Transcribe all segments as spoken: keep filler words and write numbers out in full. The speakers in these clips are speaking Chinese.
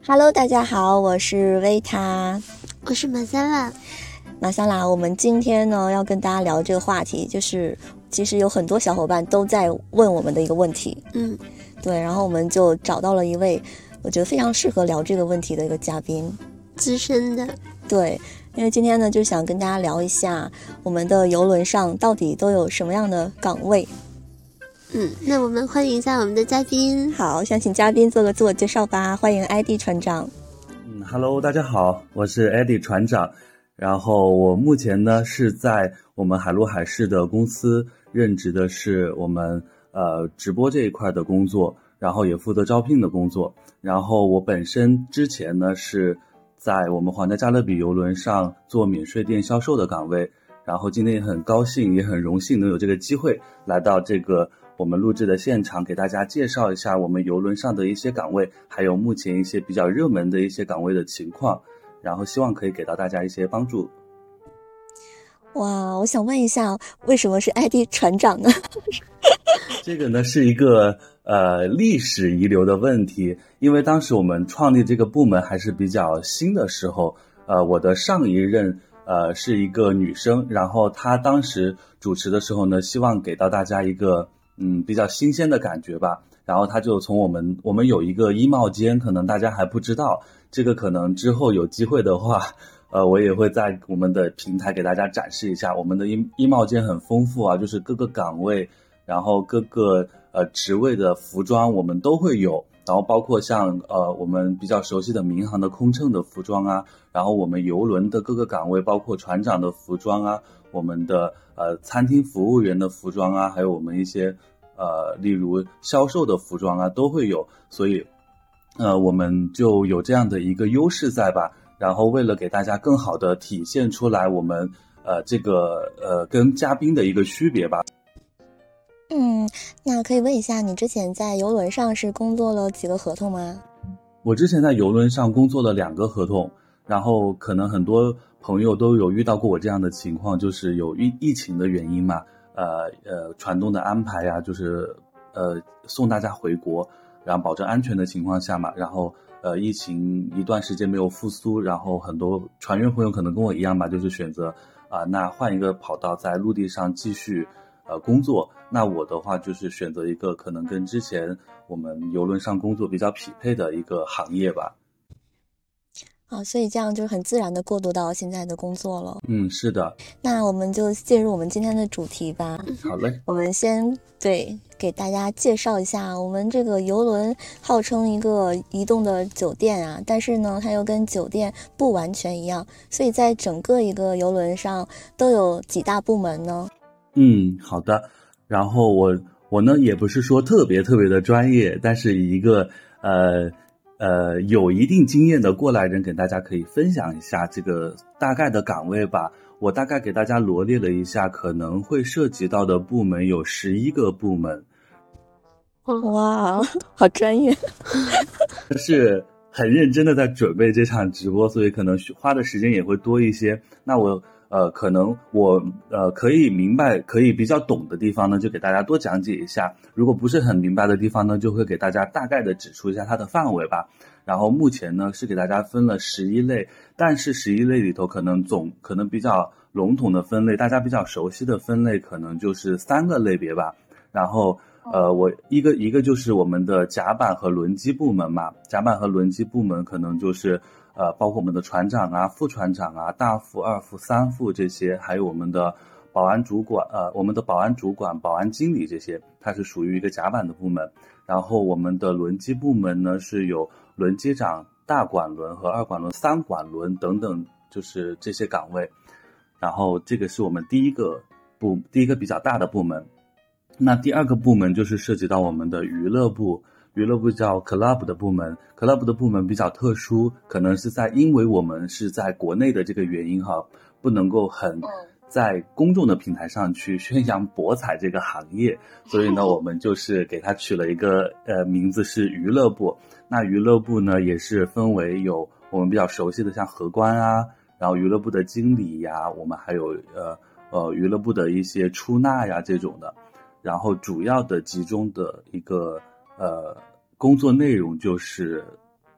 Hello， 大家好，我是维塔， 我是马萨拉。 马萨拉，我们今天呢要跟大家聊这个话题，就是其实有很多小伙伴都在问我们的一个问题。 嗯， 对，然后我们就找到了一位我觉得非常适合聊这个问题的一个嘉宾， 资深的。 对，因为今天呢就想跟大家聊一下我们的邮轮上到底都有什么样的岗位。 嗯，那我们欢迎一下我们的嘉宾。 好，想请嘉宾做个自我介绍吧。欢迎 I D 船长。 嗯 ，Hello， 大家好，我是 I D 船长。然后我目前呢是在我们海陆海事的公司任职的是我们呃直播这一块的工作，然后也负责招聘的工作。然后我本身之前呢是在我们皇家加勒比邮轮上做免税店销售的岗位。然后今天也很高兴，也很荣幸能有这个机会来到这个我们录制的现场，给大家介绍一下我们邮轮上的一些岗位，还有目前一些比较热门的一些岗位的情况，然后希望可以给到大家一些帮助。 哇，我想问一下，为什么是 I D 船长呢？ 这个呢是一个呃历史遗留的问题，因为当时我们创立这个部门还是比较新的时候，呃，我的上一任呃是一个女生，然后她当时主持的时候呢，希望给到大家一个嗯比较新鲜的感觉吧，然后她就从我们我们有一个衣帽间，可能大家还不知道，这个可能之后有机会的话，呃，我也会在我们的平台给大家展示一下，我们的衣衣帽间很丰富啊，就是各个岗位，然后各个呃职位的服装我们都会有，然后包括像呃我们比较熟悉的民航的空乘的服装啊，然后我们邮轮的各个岗位，包括船长的服装啊，我们的呃餐厅服务员的服装啊，还有我们一些呃例如销售的服装啊都会有，所以呃我们就有这样的一个优势在吧。然后为了给大家更好的体现出来我们呃这个呃跟嘉宾的一个区别吧。 嗯，那可以问一下，你之前在邮轮上是工作了几个合同吗？ 我之前在邮轮上工作了两个合同，然后可能很多朋友都有遇到过我这样的情况，就是有疫疫情的原因嘛，呃呃船东的安排呀、啊，就是呃送大家回国，然后保证安全的情况下嘛，然后呃疫情一段时间没有复苏，然后很多船员朋友可能跟我一样吧，就是选择啊、呃、那换一个跑道在陆地上继续呃工作。那我的话就是选择一个可能跟之前我们邮轮上工作比较匹配的一个行业吧。 啊，所以这样就很自然的过渡到现在的工作了。 嗯，是的。 那我们就进入我们今天的主题吧。 好嘞。 我们先对给大家介绍一下，我们这个邮轮号称一个移动的酒店啊，但是呢，它又跟酒店不完全一样，所以在整个一个邮轮上都有几大部门呢？ 嗯，好的。然后我我呢也不是说特别特别的专业，但是以一个呃呃有一定经验的过来人，给大家可以分享一下这个大概的岗位吧。我大概给大家罗列了一下，可能会涉及到的部门有十一个部门。 哇，好专业！ 是很认真的在准备这场直播，所以可能花的时间也会多一些。那我呃，可能我呃可以明白，可以比较懂的地方呢，就给大家多讲解一下；如果不是很明白的地方呢，就会给大家大概的指出一下它的范围吧。然后目前呢是给大家分了十一类，但是十一类里头可能总可能比较笼统的分类，大家比较熟悉的分类可能就是三个类别吧。然后呃，我一个一个就是我们的甲板和轮机部门嘛，甲板和轮机部门可能就是呃，包括我们的船长啊、副船长啊、大副、二副、三副这些，还有我们的保安主管，呃，我们的保安主管、保安经理这些，它是属于一个甲板的部门。然后我们的轮机部门呢，是有轮机长、大管轮和二管轮、三管轮等等，就是这些岗位。然后这个是我们第一个部，第一个比较大的部门。那第二个部门就是涉及到我们的娱乐部。娱乐部叫 club 的部门 club 的部门比较特殊，可能是在因为我们是在国内的这个原因哈，不能够很在公众的平台上去宣扬博彩这个行业，所以呢我们就是给它取了一个呃名字是娱乐部。那娱乐部呢也是分为有我们比较熟悉的像荷官啊，然后娱乐部的经理呀，我们还有呃呃娱乐部的一些出纳呀这种的。然后主要的集中的一个呃工作内容就是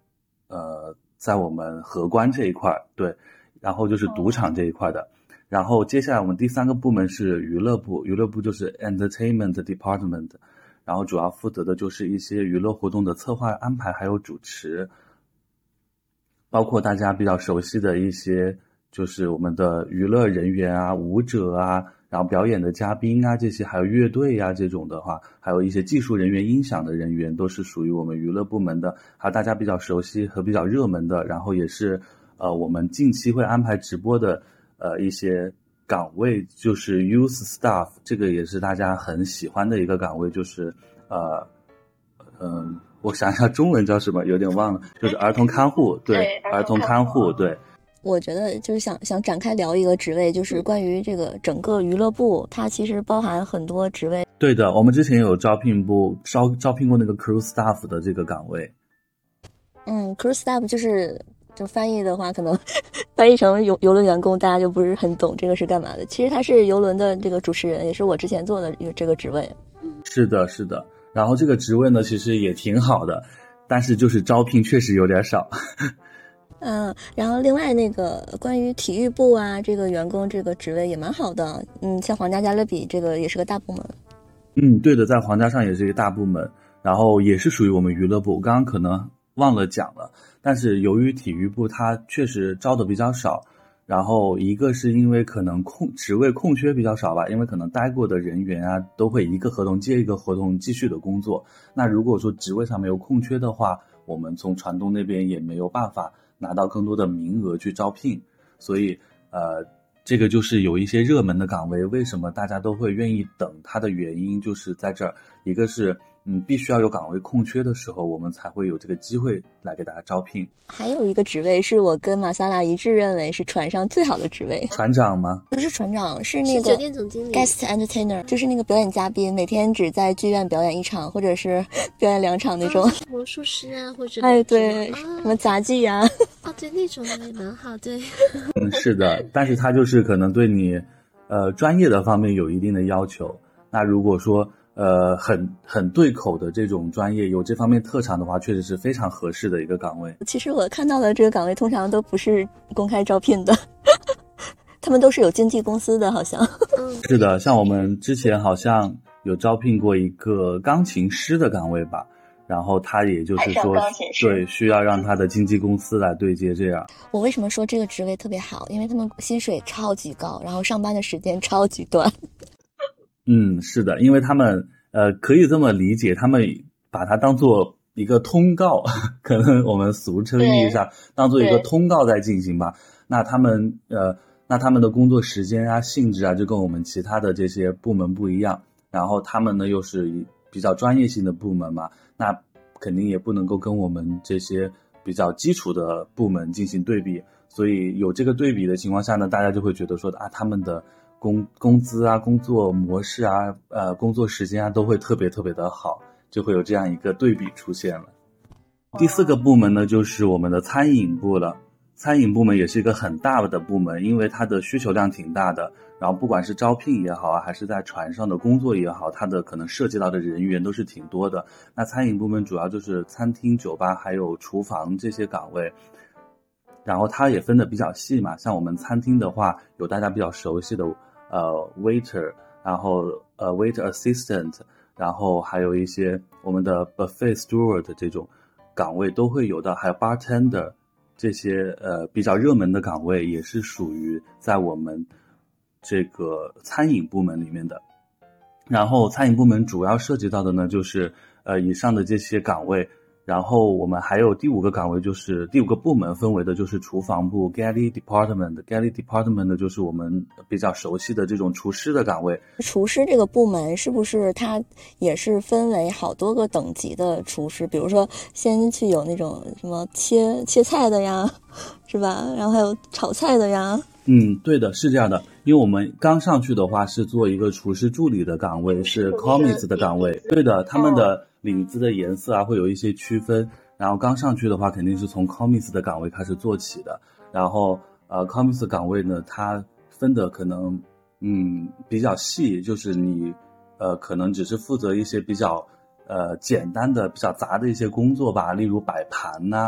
呃，在我们荷官这一块，对，然后就是赌场这一块的。然后接下来我们第三个部门是娱乐部，娱乐部就是 entertainment department， 然后主要负责的就是一些娱乐活动的策划安排还有主持，包括大家比较熟悉的一些就是我们的娱乐人员啊、舞者啊，然后表演的嘉宾啊，这些还有乐队啊这种的话，还有一些技术人员、音响的人员都是属于我们娱乐部门的，还有大家比较熟悉和比较热门的，然后也是呃我们近期会安排直播的呃一些岗位，就是 youth staff， 这个也是大家很喜欢的一个岗位，就是呃嗯、呃，我想一下中文叫什么，有点忘了，就是儿童看护，对，儿童看护，对。 我觉得就是想想展开聊一个职位，就是关于这个整个娱乐部，它其实包含很多职位。 对的，我们之前有招聘部招招聘过那个 crew staff 的这个岗位。 嗯 ，crew staff 就是就翻译的话，可能翻译成游游轮员工，大家就不是很懂这个是干嘛的。其实他是游轮的这个主持人，也是我之前做的这个职位。 是的，是的。然后这个职位呢，其实也挺好的，但是就是招聘确实有点少。 嗯，然后另外那个关于体育部啊，这个员工这个职位也蛮好的。嗯，像皇家加勒比这个也是个大部门。 嗯，对的，在皇家上也是一个大部门，然后也是属于我们娱乐部。我刚刚可能忘了讲了，但是由于体育部它确实招的比较少，然后一个是因为可能空职位空缺比较少吧，因为可能待过的人员啊都会一个合同接一个合同继续的工作。那如果说职位上没有空缺的话，我们从传东那边也没有办法拿到更多的名额去招聘，所以呃，这个就是有一些热门的岗位，为什么大家都会愿意等它的原因就是在这儿，一个是嗯，必须要有岗位空缺的时候，我们才会有这个机会来给大家招聘。 还有一个职位是我跟马萨拉一致认为是船上最好的职位。 船长吗？ 不是船长，是那个酒店总经理 guest entertainer， 就是那个表演嘉宾，每天只在剧院表演一场或者是表演两场那种。 啊、魔术师啊，或者哎对、 啊、 什么杂技呀、啊。 哦，对，那种的也蛮好，对。 嗯，是的，但是他就是可能对你呃专业的方面有一定的要求。那如果说呃，很很对口的这种专业，有这方面特长的话，确实是非常合适的一个岗位。 其实我看到的这个岗位通常都不是公开招聘的，他们都是有经纪公司的，好像。 是的，像我们之前好像有招聘过一个钢琴师的岗位吧，然后他也就是说，对，需要让他的经纪公司来对接这样。 我为什么说这个职位特别好？因为他们薪水超级高，然后上班的时间超级短。 嗯，是的，因为他们呃可以这么理解，他们把它当做一个通告，可能我们俗称意义上当做一个通告在进行吧。那他们呃，那他们的工作时间啊、性质啊，就跟我们其他的这些部门不一样。然后他们呢又是比较专业性的部门嘛，那肯定也不能够跟我们这些比较基础的部门进行对比。所以有这个对比的情况下呢，大家就会觉得说啊，他们的工工资啊、工作模式啊、呃工作时间啊都会特别特别的好，就会有这样一个对比出现了。第四个部门呢，就是我们的餐饮部了。餐饮部门也是一个很大的部门，因为它的需求量挺大的，然后不管是招聘也好啊，还是在船上的工作也好，它的可能涉及到的人员都是挺多的。那餐饮部门主要就是餐厅、酒吧还有厨房这些岗位，然后它也分得比较细嘛，像我们餐厅的话，有大家比较熟悉的呃 waiter， 然后呃 waiter assistant， 然后还有一些我们的 buffet steward 这种岗位都会有的，还有 bartender， 这些呃比较热门的岗位也是属于在我们这个餐饮部门里面的。然后餐饮部门主要涉及到的呢，就是呃以上的这些岗位。然后我们还有第五个岗位，就是第五个部门分为的就是厨房部 Galley Department。 Galley Department 的就是我们比较熟悉的这种厨师的岗位。 厨师这个部门是不是它也是分为好多个等级的厨师？比如说先去有那种什么切切菜的呀，是吧？然后还有炒菜的呀。 嗯，对的，是这样的。因为我们刚上去的话是做一个厨师助理的岗位，是 commis 的岗位。对的，他们的领子的颜色啊会有一些区分，然后刚上去的话肯定是从 commis 的岗位开始做起的。然后呃 commis 岗位呢，它分的可能嗯比较细，就是你呃可能只是负责一些比较呃简单的比较杂的一些工作吧，例如摆盘呐、啊，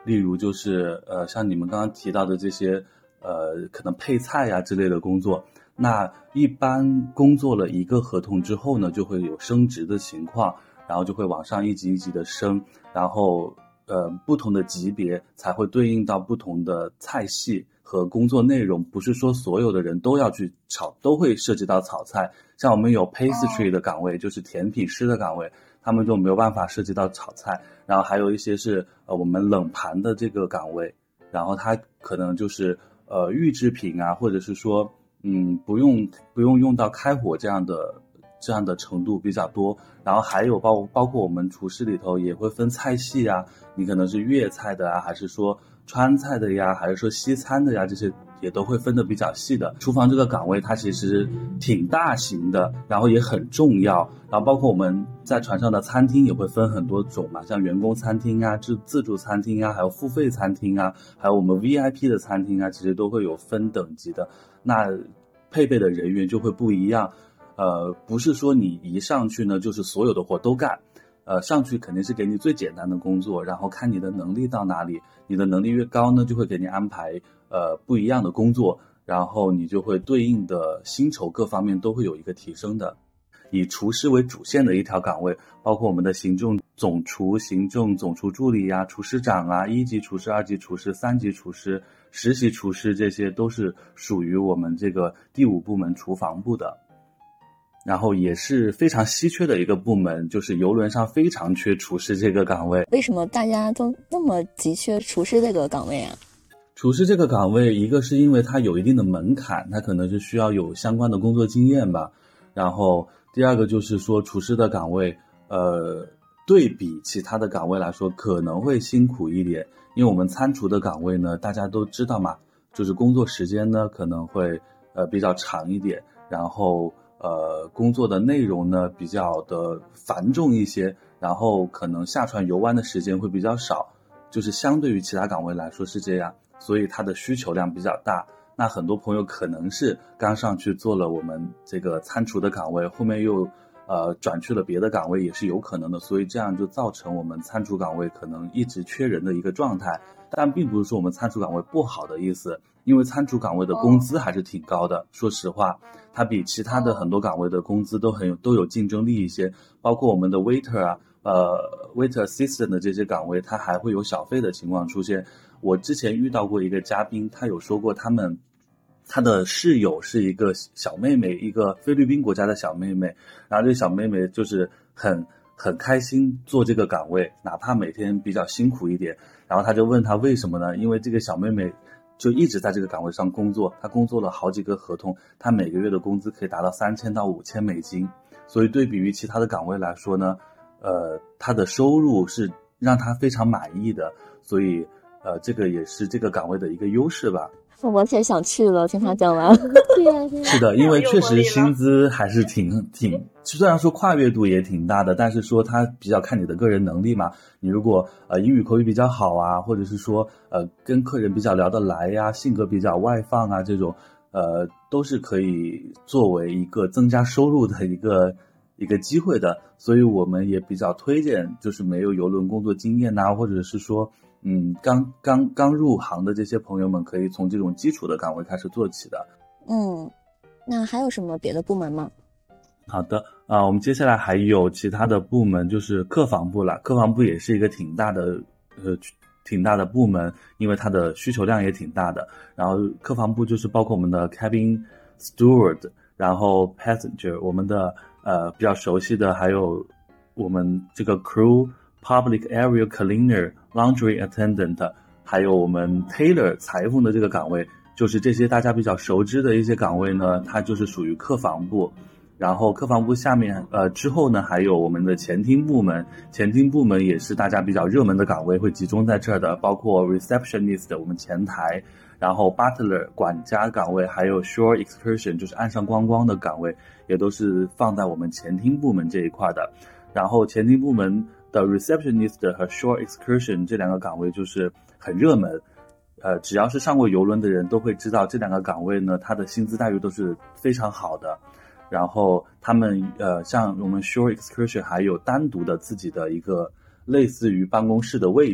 例如就是呃像你们刚刚提到的这些呃可能配菜呀之类的工作，那一般工作了一个合同之后呢，就会有升职的情况，然后就会往上一级一级的升，然后呃不同的级别才会对应到不同的菜系和工作内容，不是说所有的人都要去炒，都会涉及到炒菜。像我们有 pastry 的岗位，就是甜品师的岗位，他们就没有办法涉及到炒菜。然后还有一些是呃我们冷盘的这个岗位，然后它可能就是呃预制品啊，或者是说嗯不用不用用到开火这样的这样的程度比较多。然后还有包包括我们厨师里头也会分菜系啊，你可能是粤菜的啊，还是说川菜的呀，还是说西餐的呀，这些也都会分得比较细的。厨房这个岗位它其实挺大型的，然后也很重要，然后包括我们在船上的餐厅也会分很多种嘛，像员工餐厅啊、自自助餐厅啊，还有付费餐厅啊，还有我们 V I P 的餐厅啊，其实都会有分等级的。那配备的人员就会不一样，呃，不是说你一上去呢就是所有的活都干。呃，上去肯定是给你最简单的工作，然后看你的能力到哪里，你的能力越高呢，就会给你安排呃不一样的工作，然后你就会对应的薪酬各方面都会有一个提升的。以厨师为主线的一条岗位，包括我们的行政总厨、行政总厨助理啊、厨师长啊、一级厨师、二级厨师、三级厨师、实习厨师，这些都是属于我们这个第五部门厨房部的。然后也是非常稀缺的一个部门，就是邮轮上非常缺厨师这个岗位。 为什么大家都那么急缺厨师这个岗位啊？ 厨师这个岗位，一个是因为它有一定的门槛，它可能是需要有相关的工作经验吧。然后第二个就是说，厨师的岗位，呃，对比其他的岗位来说，可能会辛苦一点。因为我们餐厨的岗位呢，大家都知道嘛，就是工作时间呢可能会呃比较长一点，然后呃，工作的内容呢比较的繁重一些，然后可能下船游湾的时间会比较少，就是相对于其他岗位来说是这样，所以它的需求量比较大。那很多朋友可能是刚上去做了我们这个餐厨的岗位，后面又呃转去了别的岗位，也是有可能的，所以这样就造成我们餐厨岗位可能一直缺人的一个状态。但并不是说我们餐厨岗位不好的意思，因为餐厨岗位的工资还是挺高的，说实话它比其他的很多岗位的工资都很有都有竞争力一些，包括我们的 waiter 啊呃 waiter assistant 的这些岗位，它还会有小费的情况出现。我之前遇到过一个嘉宾，他有说过他们他的室友是一个小妹妹，一个菲律宾国家的小妹妹，然后这小妹妹就是很很开心做这个岗位，哪怕每天比较辛苦一点。然后他就问他为什么呢？因为这个小妹妹就一直在这个岗位上工作，她工作了好几个合同，她每个月的工资可以达到三千到五千美金，所以对比于其他的岗位来说呢，呃，她的收入是让她非常满意的，所以呃，这个也是这个岗位的一个优势吧。 我也想去了，听他讲完。 对呀、啊，对呀、啊。 是的，因为确实薪资还是挺挺，虽然说跨越度也挺大的，但是说它比较看你的个人能力嘛。你如果呃英语口语比较好啊，或者是说呃跟客人比较聊得来呀、啊，性格比较外放啊，这种呃都是可以作为一个增加收入的一个一个机会的。所以我们也比较推荐，就是没有邮轮工作经验呐、啊，或者是说。嗯，刚刚刚入行的这些朋友们可以从这种基础的岗位开始做起的。 嗯，那还有什么别的部门吗？ 好的，啊、呃，我们接下来还有其他的部门，就是客房部了。客房部也是一个挺大的，呃，挺大的部门，因为它的需求量也挺大的。然后客房部就是包括我们的 cabin steward， 然后 passenger， 我们的呃比较熟悉的还有我们这个 crew。Public area cleaner, laundry attendant， 还有我们 tailor 裁缝的这个岗位，就是这些大家比较熟知的一些岗位呢，它就是属于客房部。然后客房部下面呃之后呢，还有我们的前厅部门，前厅部门也是大家比较热门的岗位，会集中在这儿的，包括 receptionist 我们前台，然后 butler 管家岗位，还有 shore excursion 就是岸上观光的岗位，也都是放在我们前厅部门这一块的。然后前厅部门的 receptionist 和 shore excursion 这两个岗位就是很热门，呃，只要是上过邮轮的人都会知道这两个岗位呢，它的薪资待遇都是非常好的。然后他们呃，像我们 shore excursion 还有单独的自己的一个类似于办公室的位置，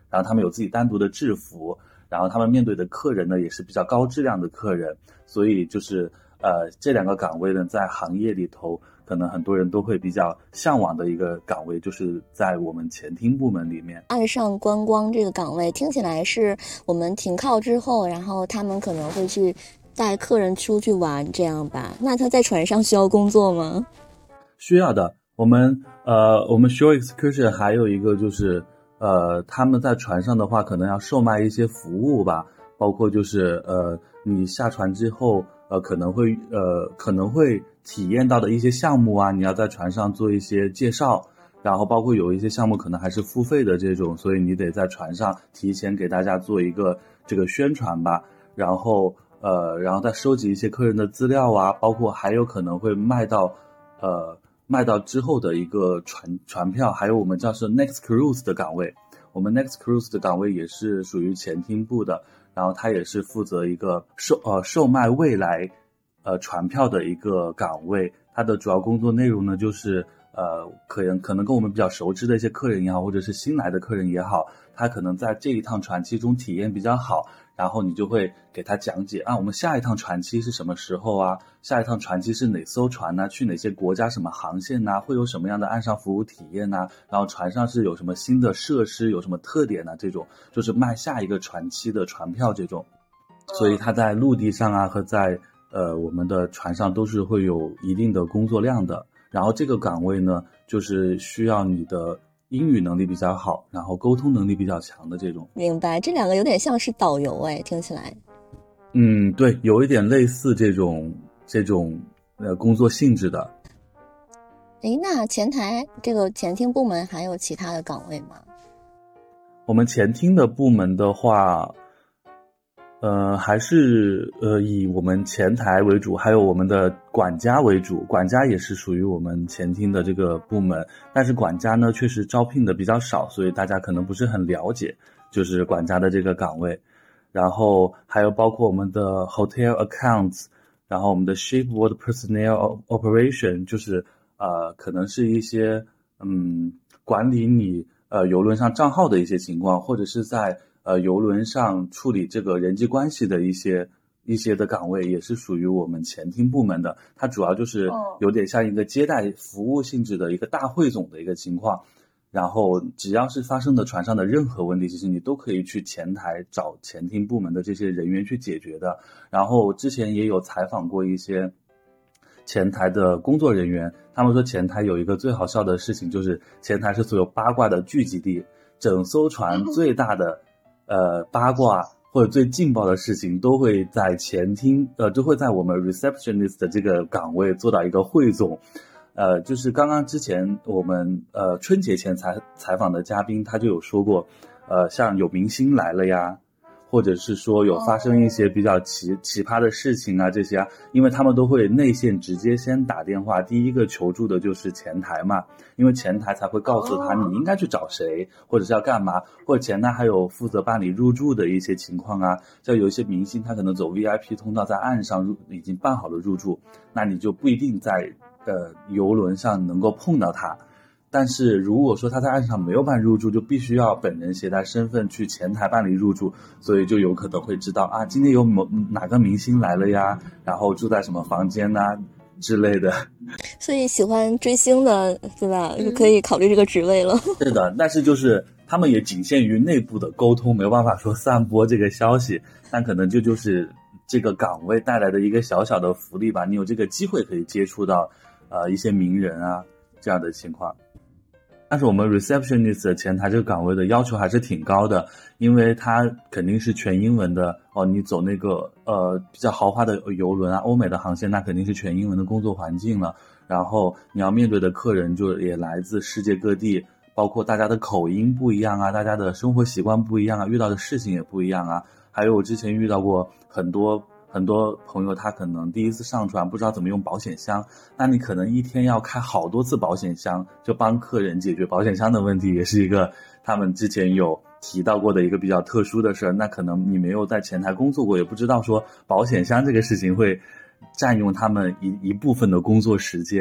然后他们有自己单独的制服，然后他们面对的客人呢也是比较高质量的客人，所以就是呃这两个岗位呢在行业里头可能很多人都会比较向往的一个岗位，就是在我们前厅部门里面。 岸上观光这个岗位听起来是我们停靠之后，然后他们可能会去带客人出去玩这样吧。那他在船上需要工作吗？ 需要的。我们呃我们 shore excursion 还有一个就是呃他们在船上的话可能要售卖一些服务吧，包括就是呃你下船之后呃可能会呃可能会体验到的一些项目啊，你要在船上做一些介绍，然后包括有一些项目可能还是付费的这种，所以你得在船上提前给大家做一个这个宣传吧，然后呃然后再收集一些客人的资料啊，包括还有可能会卖到呃卖到之后的一个船船票，还有我们叫是 Next Cruise 的岗位，我们 Next Cruise 的岗位也是属于前厅部的，然后它也是负责一个售呃售卖未来呃船票的一个岗位，它的主要工作内容呢就是呃可能可能跟我们比较熟知的一些客人也好，或者是新来的客人也好，他可能在这一趟船期中体验比较好，然后你就会给他讲解啊，我们下一趟船期是什么时候啊？下一趟船期是哪艘船呢、啊？去哪些国家、什么航线呢、啊？会有什么样的岸上服务体验呢、啊？然后船上是有什么新的设施，有什么特点呢、啊？这种就是卖下一个船期的船票这种。所以他在陆地上啊和在呃我们的船上都是会有一定的工作量的。然后这个岗位呢，就是需要你的英语能力比较好，然后沟通能力比较强的这种。 明白，这两个有点像是导游哎，听起来。 嗯，对，有一点类似这种这种呃工作性质的。 诶，那前台这个前厅部门还有其他的岗位吗？ 我们前厅的部门的话，呃，还是呃以我们前台为主，还有我们的管家为主。管家也是属于我们前厅的这个部门，但是管家呢确实招聘的比较少，所以大家可能不是很了解，就是管家的这个岗位。然后还有包括我们的 hotel accounts， 然后我们的 shipboard personnel operation， 就是呃可能是一些嗯管理你呃邮轮上账号的一些情况，或者是在呃邮轮上处理这个人际关系的一些一些的岗位，也是属于我们前厅部门的。它主要就是有点像一个接待服务性质的一个大汇总的一个情况。然后只要是发生的船上的任何问题，其实你都可以去前台找前厅部门的这些人员去解决的。然后之前也有采访过一些前台的工作人员，他们说前台有一个最好笑的事情，就是前台是所有八卦的聚集地，整艘船最大的呃八卦或者最劲爆的事情都会在前厅呃都会在我们 receptionist 的这个岗位做到一个汇总。呃，就是刚刚之前我们呃春节前采采访的嘉宾，他就有说过，呃，像有明星来了呀，或者是说有发生一些比较奇奇葩的事情啊，这些啊，因为他们都会内线直接先打电话，第一个求助的就是前台嘛，因为前台才会告诉他你应该去找谁，或者是要干嘛，或者前台还有负责办理入住的一些情况啊，像有一些明星他可能走 V I P 通道，在岸上入已经办好了入住，那你就不一定在呃邮轮上能够碰到他。但是如果说他在岸上没有办入住，就必须要本人携带身份去前台办理入住，所以就有可能会知道啊，今天有某哪个明星来了呀，然后住在什么房间呐、啊、之类的。 所以喜欢追星的，对吧？就可以考虑这个职位了。 是的，但是就是他们也仅限于内部的沟通，没有办法说散播这个消息，但可能这就是这个岗位带来的一个小小的福利吧。你有这个机会可以接触到呃一些名人啊这样的情况。但是我们 receptionist 的前台这个岗位的要求还是挺高的，因为它肯定是全英文的哦。你走那个呃比较豪华的邮轮啊，欧美的航线，那肯定是全英文的工作环境了。然后你要面对的客人就也来自世界各地，包括大家的口音不一样啊，大家的生活习惯不一样啊，遇到的事情也不一样啊。还有我之前遇到过很多很多朋友，他可能第一次上船不知道怎么用保险箱，那你可能一天要开好多次保险箱，就帮客人解决保险箱的问题，也是一个他们之前有提到过的一个比较特殊的事儿。那可能你没有在前台工作过，也不知道说保险箱这个事情会占用他们一一部分的工作时间。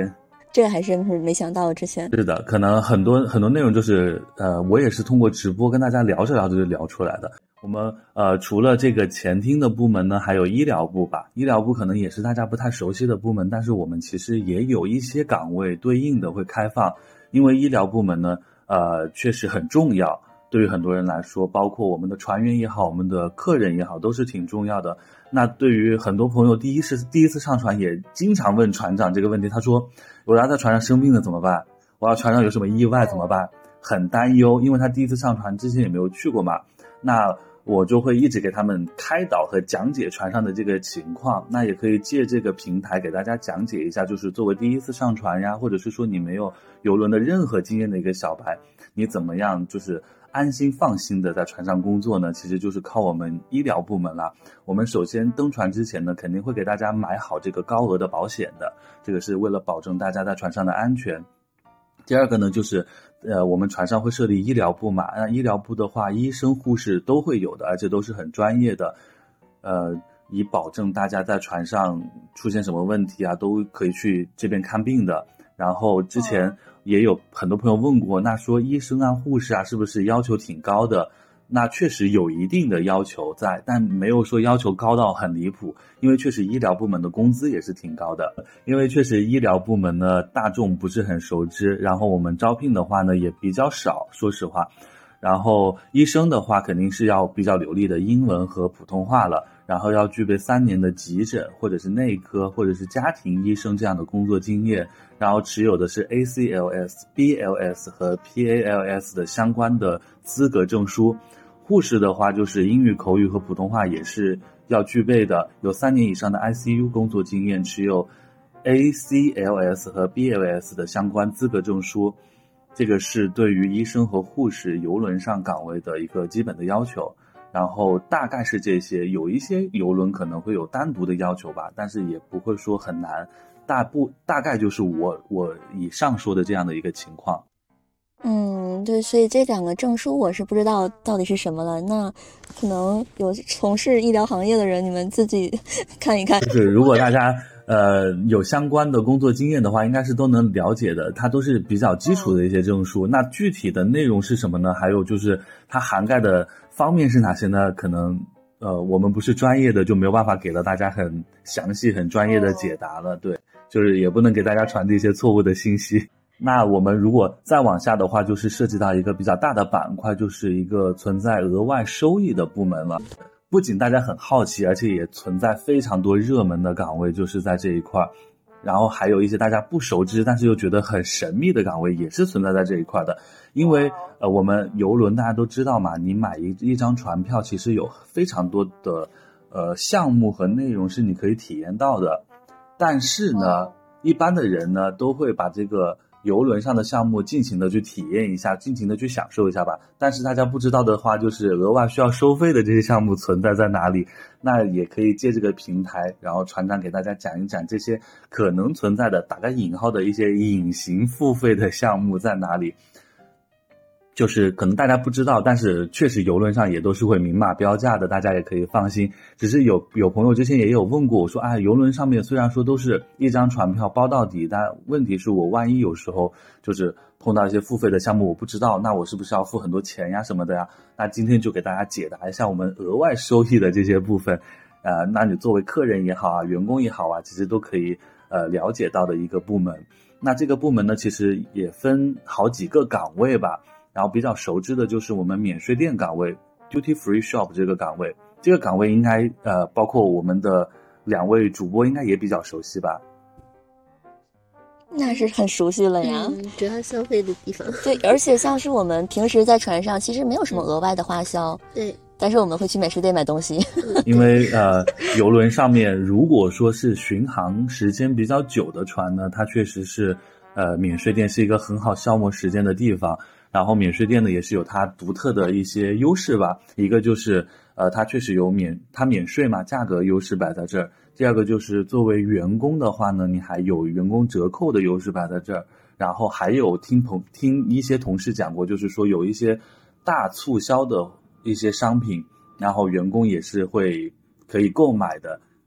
这个还真是没想到之前。 是的，可能很多很多内容就是呃，我也是通过直播跟大家聊着聊着就聊出来的。我们呃除了这个前厅的部门呢，还有医疗部吧。医疗部可能也是大家不太熟悉的部门，但是我们其实也有一些岗位对应的会开放，因为医疗部门呢，呃确实很重要，对于很多人来说，包括我们的船员也好，我们的客人也好，都是挺重要的。那对于很多朋友第一次第一次上船，也经常问船长这个问题，他说我要在船上生病了怎么办？我要船上有什么意外怎么办？很担忧，因为他第一次上船之前也没有去过嘛。那我就会一直给他们开导和讲解船上的这个情况，那也可以借这个平台给大家讲解一下，就是作为第一次上船呀，或者是说你没有邮轮的任何经验的一个小白，你怎么样就是安心放心的在船上工作呢？其实就是靠我们医疗部门啦。我们首先登船之前呢，肯定会给大家买好这个高额的保险的，这个是为了保证大家在船上的安全。第二个呢，就是呃，我们船上会设立医疗部嘛，那医疗部的话，医生、护士都会有的，而且都是很专业的，呃，以保证大家在船上出现什么问题啊，都可以去这边看病的。然后之前也有很多朋友问过，那说医生啊、护士啊，是不是要求挺高的？那确实有一定的要求在，但没有说要求高到很离谱，因为确实医疗部门的工资也是挺高的，因为确实医疗部门呢大众不是很熟知，然后我们招聘的话呢也比较少，说实话。然后医生的话肯定是要比较流利的英文和普通话了，然后要具备三年的急诊或者是内科或者是家庭医生这样的工作经验，然后持有的是 A C L S、B L S 和 P A L S 的相关的资格证书。护士的话就是英语口语和普通话也是要具备的，有三年以上的 I C U 工作经验，持有 A C L S 和 B L S 的相关资格证书。这个是对于医生和护士邮轮上岗位的一个基本的要求，然后大概是这些，有一些邮轮可能会有单独的要求吧，但是也不会说很难，大部大概就是我我以上说的这样的一个情况。 嗯，对，所以这两个证书我是不知道到底是什么了，那可能有从事医疗行业的人，你们自己看一看。 就是如果大家呃有相关的工作经验的话，应该是都能了解的，它都是比较基础的一些证书。那具体的内容是什么呢？还有就是它涵盖的方面是哪些呢？可能呃我们不是专业的，就没有办法给到大家很详细很专业的解答了。对，就是也不能给大家传递一些错误的信息。那我们如果再往下的话，就是涉及到一个比较大的板块，就是一个存在额外收益的部门了。不仅大家很好奇，而且也存在非常多热门的岗位，就是在这一块。然后还有一些大家不熟知，但是又觉得很神秘的岗位，也是存在在这一块的。因为呃，我们邮轮大家都知道嘛，你买一一张船票，其实有非常多的呃项目和内容是你可以体验到的。但是呢，一般的人呢都会把这个邮轮上的项目尽情的去体验一下，尽情的去享受一下吧。但是大家不知道的话，就是额外需要收费的这些项目存在在哪里，那也可以借这个平台，然后船长给大家讲一讲这些可能存在的打个引号的一些隐形付费的项目在哪里。就是可能大家不知道，但是确实邮轮上也都是会明码标价的，大家也可以放心。只是有有朋友之前也有问过我说，啊，邮轮上面虽然说都是一张船票包到底，但问题是我万一有时候就是碰到一些付费的项目我不知道，那我是不是要付很多钱呀什么的呀？那今天就给大家解答一下我们额外收益的这些部分。呃，那你作为客人也好啊，员工也好啊，其实都可以呃了解到的一个部门。那这个部门呢，其实也分好几个岗位吧。然后比较熟知的就是我们免税店岗位 Duty Free Shop 这个岗位，这个岗位应该呃包括我们的两位主播应该也比较熟悉吧。 那是很熟悉了呀、 嗯、主要消费的地方。 对，而且像是我们平时在船上其实没有什么额外的花销， 对， 但是我们会去美食店买东西。 因为呃邮轮上面如果说是巡航时间比较久的船呢，它确实是呃免税店是一个很好消磨时间的地方。然后免税店呢也是有它独特的一些优势吧，一个就是呃它确实有免它免税嘛，价格优势摆在这儿。第二个就是作为员工的话呢，你还有员工折扣的优势摆在这儿。然后还有听同听一些同事讲过，就是说有一些大促销的一些商品，然后员工也是会可以购买的。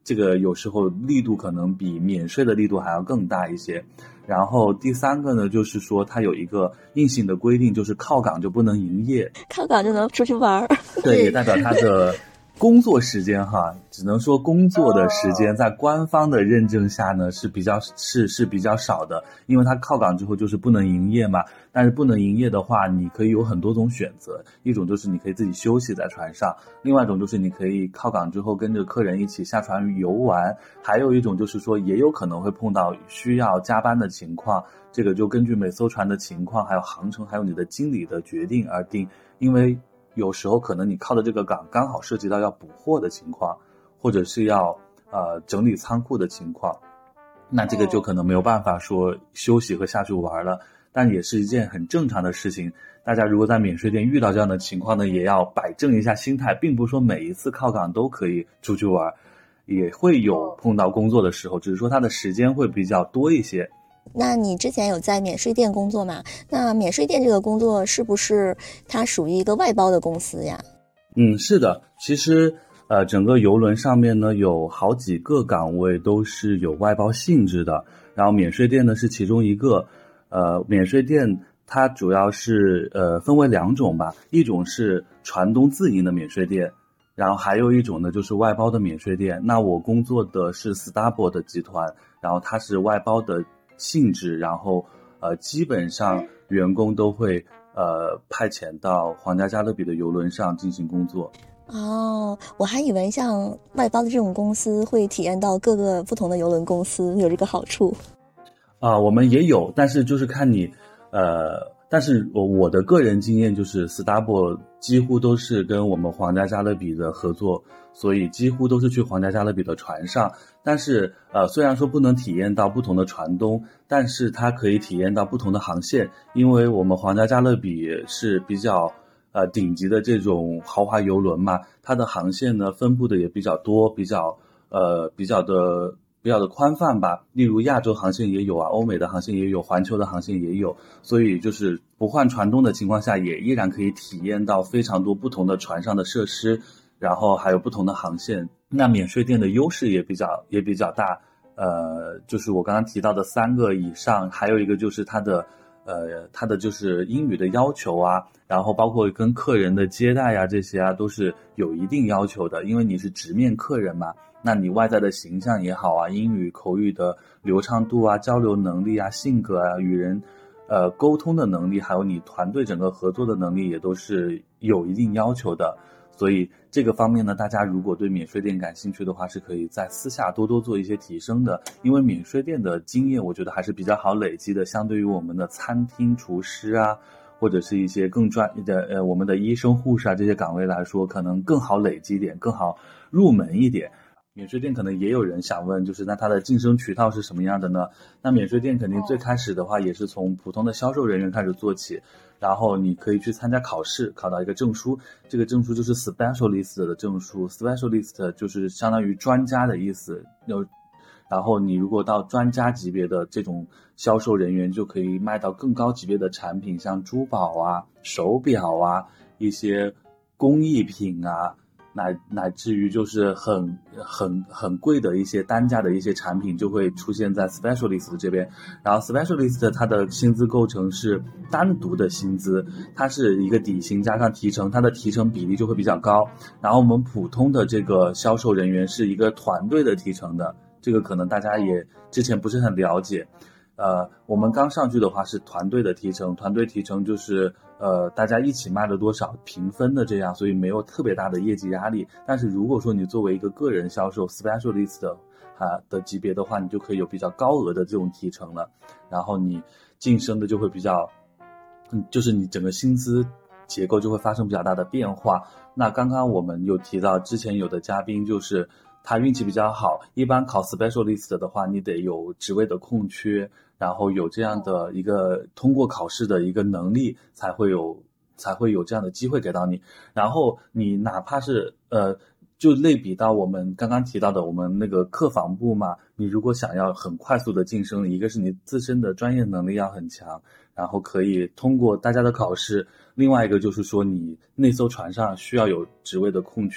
这个有时候力度可能比免税的力度还要更大一些。然后第三个呢，就是说它有一个硬性的规定，就是靠港就不能营业， 靠港就能出去玩。 对，也代表它的工作时间哈，只能说工作的时间在官方的认证下呢是比较是是比较少的，因为它靠港之后就是不能营业嘛。但是不能营业的话，你可以有很多种选择，一种就是你可以自己休息在船上，另外一种就是你可以靠港之后跟着客人一起下船游玩，还有一种就是说也有可能会碰到需要加班的情况，这个就根据每艘船的情况还有航程还有你的经理的决定而定。因为有时候可能你靠的这个港刚好涉及到要补货的情况，或者是要呃整理仓库的情况，那这个就可能没有办法说休息和下去玩了。但也是一件很正常的事情，大家如果在免税店遇到这样的情况呢，也要摆正一下心态，并不是说每一次靠港都可以出去玩，也会有碰到工作的时候，只是说它的时间会比较多一些。 那你之前有在免税店工作吗？那免税店这个工作是不是它属于一个外包的公司呀？ 嗯，是的，其实呃，整个邮轮上面呢有好几个岗位都是有外包性质的，然后免税店呢是其中一个。呃，免税店它主要是呃分为两种吧，一种是船东自营的免税店，然后还有一种呢就是外包的免税店。那我工作的是 Starboard 集团，然后它是外包的性质，然后呃基本上员工都会呃派遣到皇家加勒比的邮轮上进行工作。 哦，我还以为像外包的这种公司会体验到各个不同的邮轮公司有这个好处。 啊、呃，我们也有，但是就是看你，呃，但是我我的个人经验就是 Starboard 几乎都是跟我们皇家加勒比的合作，所以几乎都是去皇家加勒比的船上。但是呃，虽然说不能体验到不同的船东，但是它可以体验到不同的航线，因为我们皇家加勒比是比较呃顶级的这种豪华邮轮嘛，它的航线呢分布的也比较多，比较呃比较的。比较的宽泛吧，例如亚洲航线也有啊，欧美的航线也有，环球的航线也有，所以就是不换船东的情况下，也依然可以体验到非常多不同的船上的设施，然后还有不同的航线。那免税店的优势也比较也比较大，呃，就是我刚刚提到的三个以上，还有一个就是它的呃它的就是英语的要求啊，然后包括跟客人的接待啊这些啊都是有一定要求的，因为你是直面客人嘛。那你外在的形象也好啊，英语口语的流畅度啊，交流能力啊，性格啊，与人呃沟通的能力，还有你团队整个合作的能力也都是有一定要求的。所以这个方面呢，大家如果对免税店感兴趣的话，是可以在私下多多做一些提升的。因为免税店的经验我觉得还是比较好累积的，相对于我们的餐厅厨师啊，或者是一些更专业的呃我们的医生护士啊这些岗位来说，可能更好累积一点，更好入门一点。免税店可能也有人想问，就是那它的晋升渠道是什么样的呢？那免税店肯定最开始的话也是从普通的销售人员开始做起，然后你可以去参加考试，考到一个证书，这个证书就是 specialist 的证书， specialist 就是相当于专家的意思。然后你如果到专家级别的这种销售人员，就可以卖到更高级别的产品，像珠宝啊、手表啊、一些工艺品啊，乃乃至于就是很很很贵的一些单价的一些产品就会出现在 specialist 这边。然后 specialist 它的薪资构成是单独的薪资，它是一个底薪加上提成，它的提成比例就会比较高。然后我们普通的这个销售人员是一个团队的提成的，这个可能大家也之前不是很了解。呃，我们刚上去的话是团队的提成，团队提成就是呃大家一起卖了多少平分的这样，所以没有特别大的业绩压力。但是如果说你作为一个个人销售 specialist 的啊的级别的话，你就可以有比较高额的这种提成了，然后你晋升的就会比较，嗯，就是你整个薪资结构就会发生比较大的变化。那刚刚我们有提到之前有的嘉宾就是他运气比较好，一般考 specialist 的话，你得有职位的空缺，然后有这样的一个通过考试的一个能力，才会有才会有这样的机会给到你。然后你哪怕是呃，就类比到我们刚刚提到的我们那个客房部嘛，你如果想要很快速的晋升，一个是你自身的专业能力要很强，然后可以通过大家的考试，另外一个就是说你那艘船上需要有职位的空缺。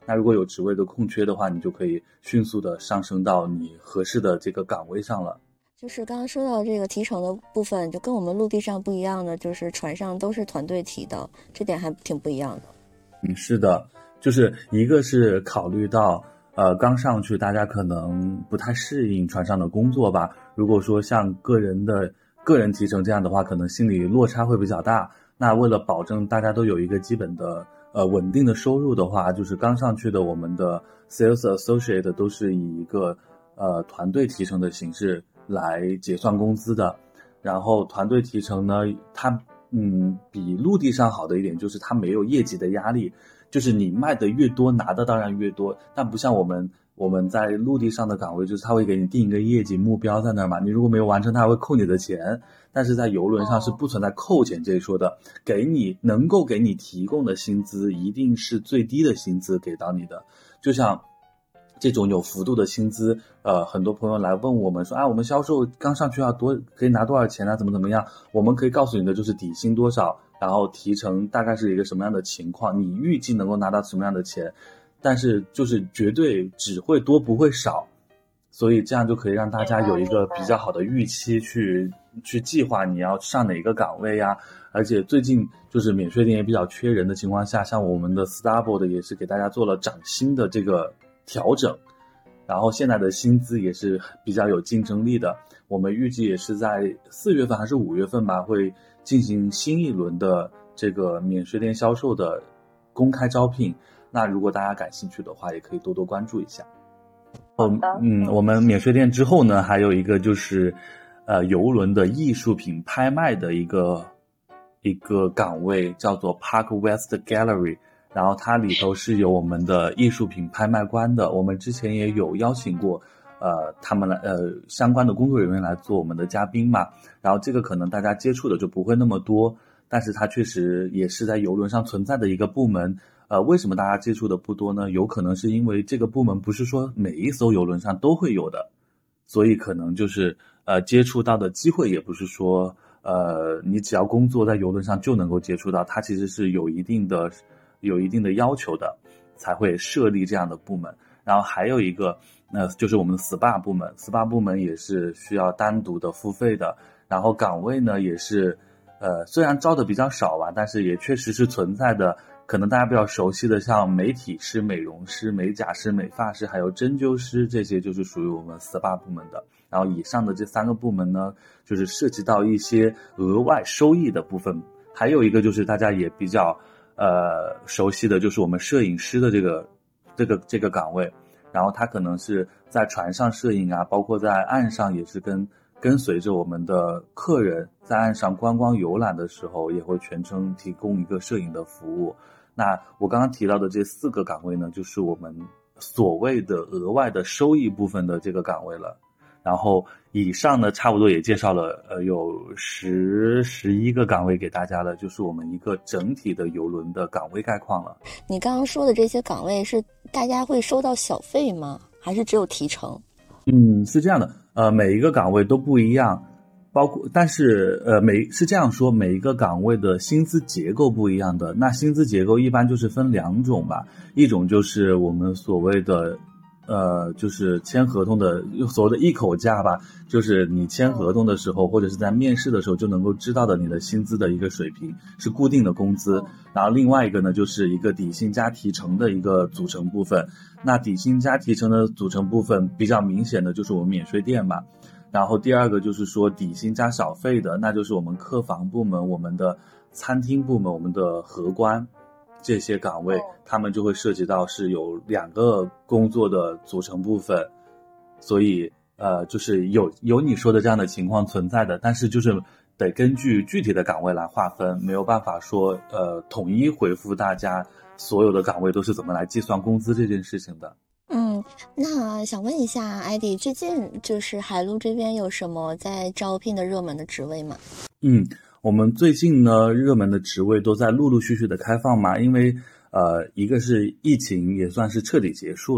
那如果有职位的空缺的话，你就可以迅速的上升到你合适的这个岗位上了。 就是刚刚说到这个提成的部分，就跟我们陆地上不一样的，就是船上都是团队提的，这点还挺不一样的。 嗯，是的，就是一个是考虑到呃刚上去大家可能不太适应船上的工作吧，如果说像个人的个人提成这样的话，可能心理落差会比较大。那为了保证大家都有一个基本的呃稳定的收入的话，就是刚上去的我们的 sales associate 都是以一个呃团队提成的形式来结算工资的。然后团队提成呢，它嗯比陆地上好的一点就是它没有业绩的压力，就是你卖的越多拿的当然越多，但不像我们我们在陆地上的岗位，就是他会给你定一个业绩目标在那儿嘛，你如果没有完成，他还会扣你的钱。但是在邮轮上是不存在扣钱这一说的，给你能够给你提供的薪资一定是最低的薪资给到你的。就像这种有幅度的薪资，呃，很多朋友来问我们说，啊，我们销售刚上去要多可以拿多少钱啊，怎么怎么样？我们可以告诉你的就是底薪多少，然后提成大概是一个什么样的情况，你预计能够拿到什么样的钱。但是就是绝对只会多不会少，所以这样就可以让大家有一个比较好的预期去去计划你要上哪个岗位呀。而且最近就是免税店也比较缺人的情况下，像我们的 Starboard 也是给大家做了涨薪的这个调整，然后现在的薪资也是比较有竞争力的。我们预计也是在四月份还是五月份吧，会进行新一轮的这个免税店销售的公开招聘。那如果大家感兴趣的话，也可以多多关注一下。嗯嗯，我们免税店之后呢，还有一个就是呃邮轮的艺术品拍卖的一个一个岗位，叫做 Park West Gallery。然后它里头是有我们的艺术品拍卖官的，我们之前也有邀请过呃他们来呃相关的工作人员来做我们的嘉宾嘛。然后这个可能大家接触的就不会那么多，但是它确实也是在邮轮上存在的一个部门。呃，为什么大家接触的不多呢？有可能是因为这个部门不是说每一艘邮轮上都会有的，所以可能就是呃接触到的机会也不是说呃你只要工作在邮轮上就能够接触到，它其实是有一定的有一定的要求的，才会设立这样的部门。然后还有一个呃就是我们的 S P A 部门 ，S P A 部门也是需要单独的付费的。然后岗位呢也是呃虽然招的比较少吧，但是也确实是存在的。可能大家比较熟悉的像美体师、美容师、美甲师、美发师还有针灸师，这些就是属于我们 S P A 部门的。然后以上的这三个部门呢，就是涉及到一些额外收益的部分。还有一个就是大家也比较呃熟悉的就是我们摄影师的这个这个这个岗位。然后他可能是在船上摄影啊，包括在岸上也是跟跟随着我们的客人在岸上观光游览的时候，也会全程提供一个摄影的服务。那我刚刚提到的这四个岗位呢，就是我们所谓的额外的收益部分的这个岗位了。然后以上呢，差不多也介绍了呃有十十一个岗位给大家了，就是我们一个整体的邮轮的岗位概况了。 你刚刚说的这些岗位是大家会收到小费吗？还是只有提成？ 嗯，是这样的，呃，每一个岗位都不一样。包括，但是呃，每是这样说，每一个岗位的薪资结构不一样的。那薪资结构一般就是分两种吧，一种就是我们所谓的，呃，就是签合同的所谓的一口价吧，就是你签合同的时候或者是在面试的时候就能够知道的你的薪资的一个水平是固定的工资。然后另外一个呢，就是一个底薪加提成的一个组成部分。那底薪加提成的组成部分比较明显的就是我们免税店嘛。然后第二个就是说底薪加小费的，那就是我们客房部门、我们的餐厅部门、我们的荷官这些岗位，他们就会涉及到是有两个工作的组成部分，所以呃就是有有你说的这样的情况存在的，但是就是得根据具体的岗位来划分，没有办法说呃统一回复大家所有的岗位都是怎么来计算工资这件事情的。 嗯，那想问一下艾迪，最近就是海陆这边有什么在招聘的热门的职位吗？ 嗯，我们最近呢热门的职位都在陆陆续续的开放嘛，因为呃一个是疫情也算是彻底结束了，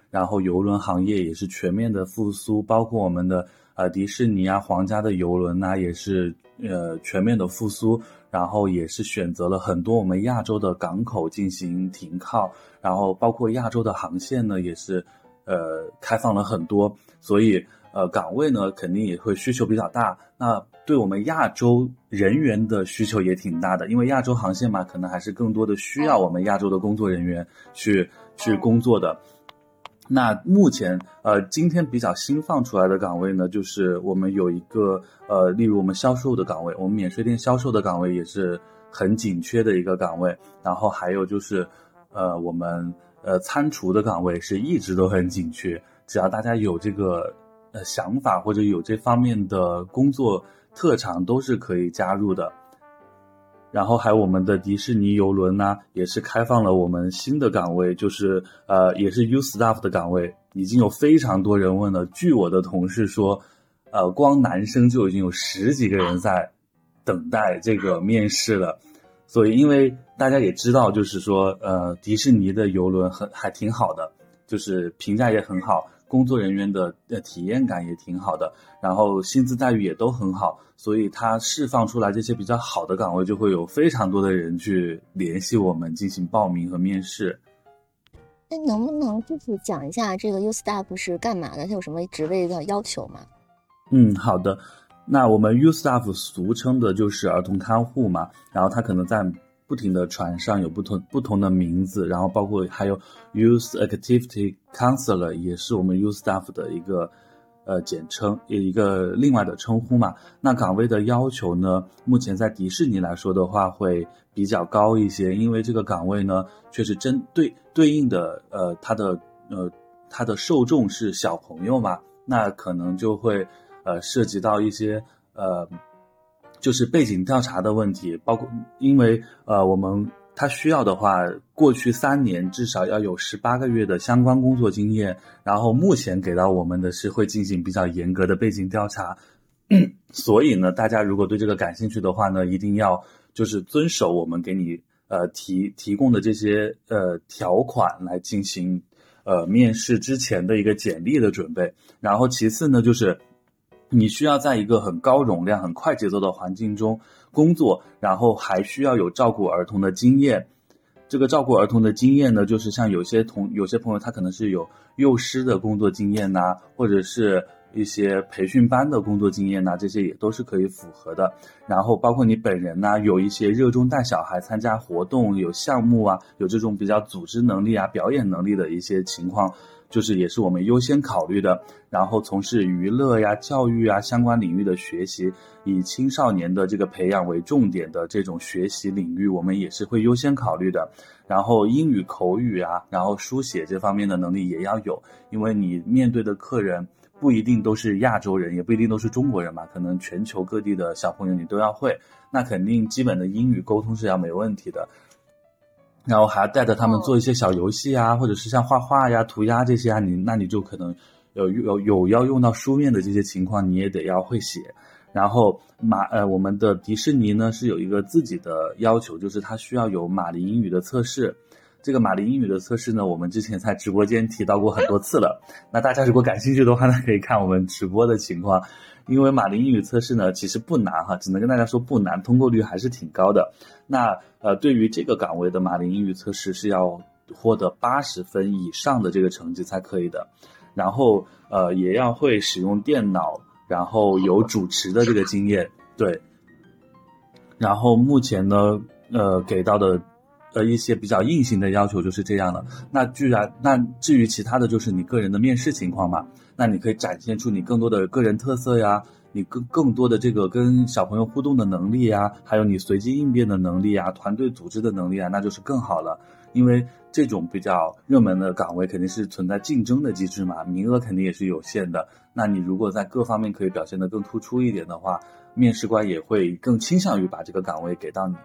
然后邮轮行业也是全面的复苏，包括我们的呃迪士尼啊、皇家的邮轮啊，也是呃全面的复苏，然后也是选择了很多我们亚洲的港口进行停靠，然后包括亚洲的航线呢也是呃开放了很多，所以呃岗位呢肯定也会需求比较大。那对我们亚洲人员的需求也挺大的，因为亚洲航线嘛，可能还是更多的需要我们亚洲的工作人员去去工作的。那目前呃今天比较新放出来的岗位呢，就是我们有一个呃例如我们销售的岗位，我们免税店销售的岗位也是很紧缺的一个岗位，然后还有就是呃我们呃餐厨的岗位是一直都很紧缺，只要大家有这个呃想法或者有这方面的工作特长都是可以加入的。然后还有我们的迪士尼邮轮呢，也是开放了我们新的岗位，就是呃也是 U Staff 的岗位，已经有非常多人问了。据我的同事说，呃光男生就已经有十几个人在等待这个面试了。所以因为大家也知道，就是说呃迪士尼的邮轮很还挺好的，就是评价也很好，工作人员的呃体验感也挺好的，然后薪资待遇也都很好，所以它释放出来这些比较好的岗位，就会有非常多的人去联系我们进行报名和面试。 那能不能就是讲一下这个 U Staff 是干嘛的？它有什么职位的要求吗？ 嗯，好的。那我们 U Staff 俗称的就是儿童看护嘛，然后它可能在不停的船上有不同不同的名字，然后包括还有 Youth Activity Counselor 也是我们 U Staff 的一个呃简称，一个另外的称呼嘛。那岗位的要求呢，目前在迪士尼来说的话会比较高一些，因为这个岗位呢确实针对对应的呃它的呃它的受众是小朋友嘛，那可能就会呃涉及到一些呃就是背景调查的问题，包括因为呃我们他需要的话，过去三年至少要有十八个月的相关工作经验，然后目前给到我们的是会进行比较严格的背景调查。所以呢，大家如果对这个感兴趣的话呢，一定要就是遵守我们给你呃提提供的这些呃条款来进行呃面试之前的一个简历的准备。然后其次呢，就是你需要在一个很高容量、很快节奏的环境中工作，然后还需要有照顾儿童的经验。这个照顾儿童的经验呢，就是像有些同有些朋友他可能是有幼师的工作经验呐、啊，或者是一些培训班的工作经验呐、啊，这些也都是可以符合的。然后包括你本人呐、啊，有一些热衷带小孩参加活动、有项目啊，有这种比较组织能力啊、表演能力的一些情况，就是也是我们优先考虑的。然后从事娱乐呀、教育啊相关领域的学习，以青少年的这个培养为重点的这种学习领域，我们也是会优先考虑的。然后英语口语啊，然后书写这方面的能力也要有，因为你面对的客人不一定都是亚洲人，也不一定都是中国人嘛，可能全球各地的小朋友你都要会，那肯定基本的英语沟通是要没问题的。然后还要带着他们做一些小游戏啊，或者是像画画呀、涂鸦这些啊，你那你就可能有有有要用到书面的这些情况，你也得要会写。然后马呃我们的迪士尼呢是有一个自己的要求，就是它需要有马林英语的测试。这个马林英语的测试呢，我们之前在直播间提到过很多次了。那大家如果感兴趣的话呢，可以看我们直播的情况。因为马林英语测试呢其实不难哈，只能跟大家说不难，通过率还是挺高的。那呃对于这个岗位的马林英语测试是要获得八十分以上的这个成绩才可以的。然后呃也要会使用电脑，然后有主持的这个经验，对。然后目前呢呃给到的呃一些比较硬性的要求就是这样的。那居然那至于其他的就是你个人的面试情况嘛，那你可以展现出你更多的个人特色呀，你更更多的这个跟小朋友互动的能力呀，还有你随机应变的能力啊，团队组织的能力啊，那就是更好了。因为这种比较热门的岗位肯定是存在竞争的机制嘛，名额肯定也是有限的。那你如果在各方面可以表现得更突出一点的话，面试官也会更倾向于把这个岗位给到你。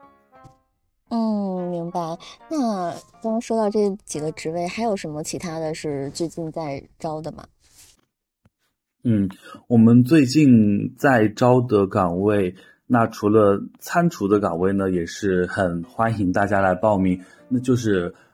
嗯，明白。那刚刚说到这几个职位，还有什么其他的是最近在招的吗？ 嗯，我们最近在招的岗位，那除了餐厨的岗位呢，也是很欢迎大家来报名。那就是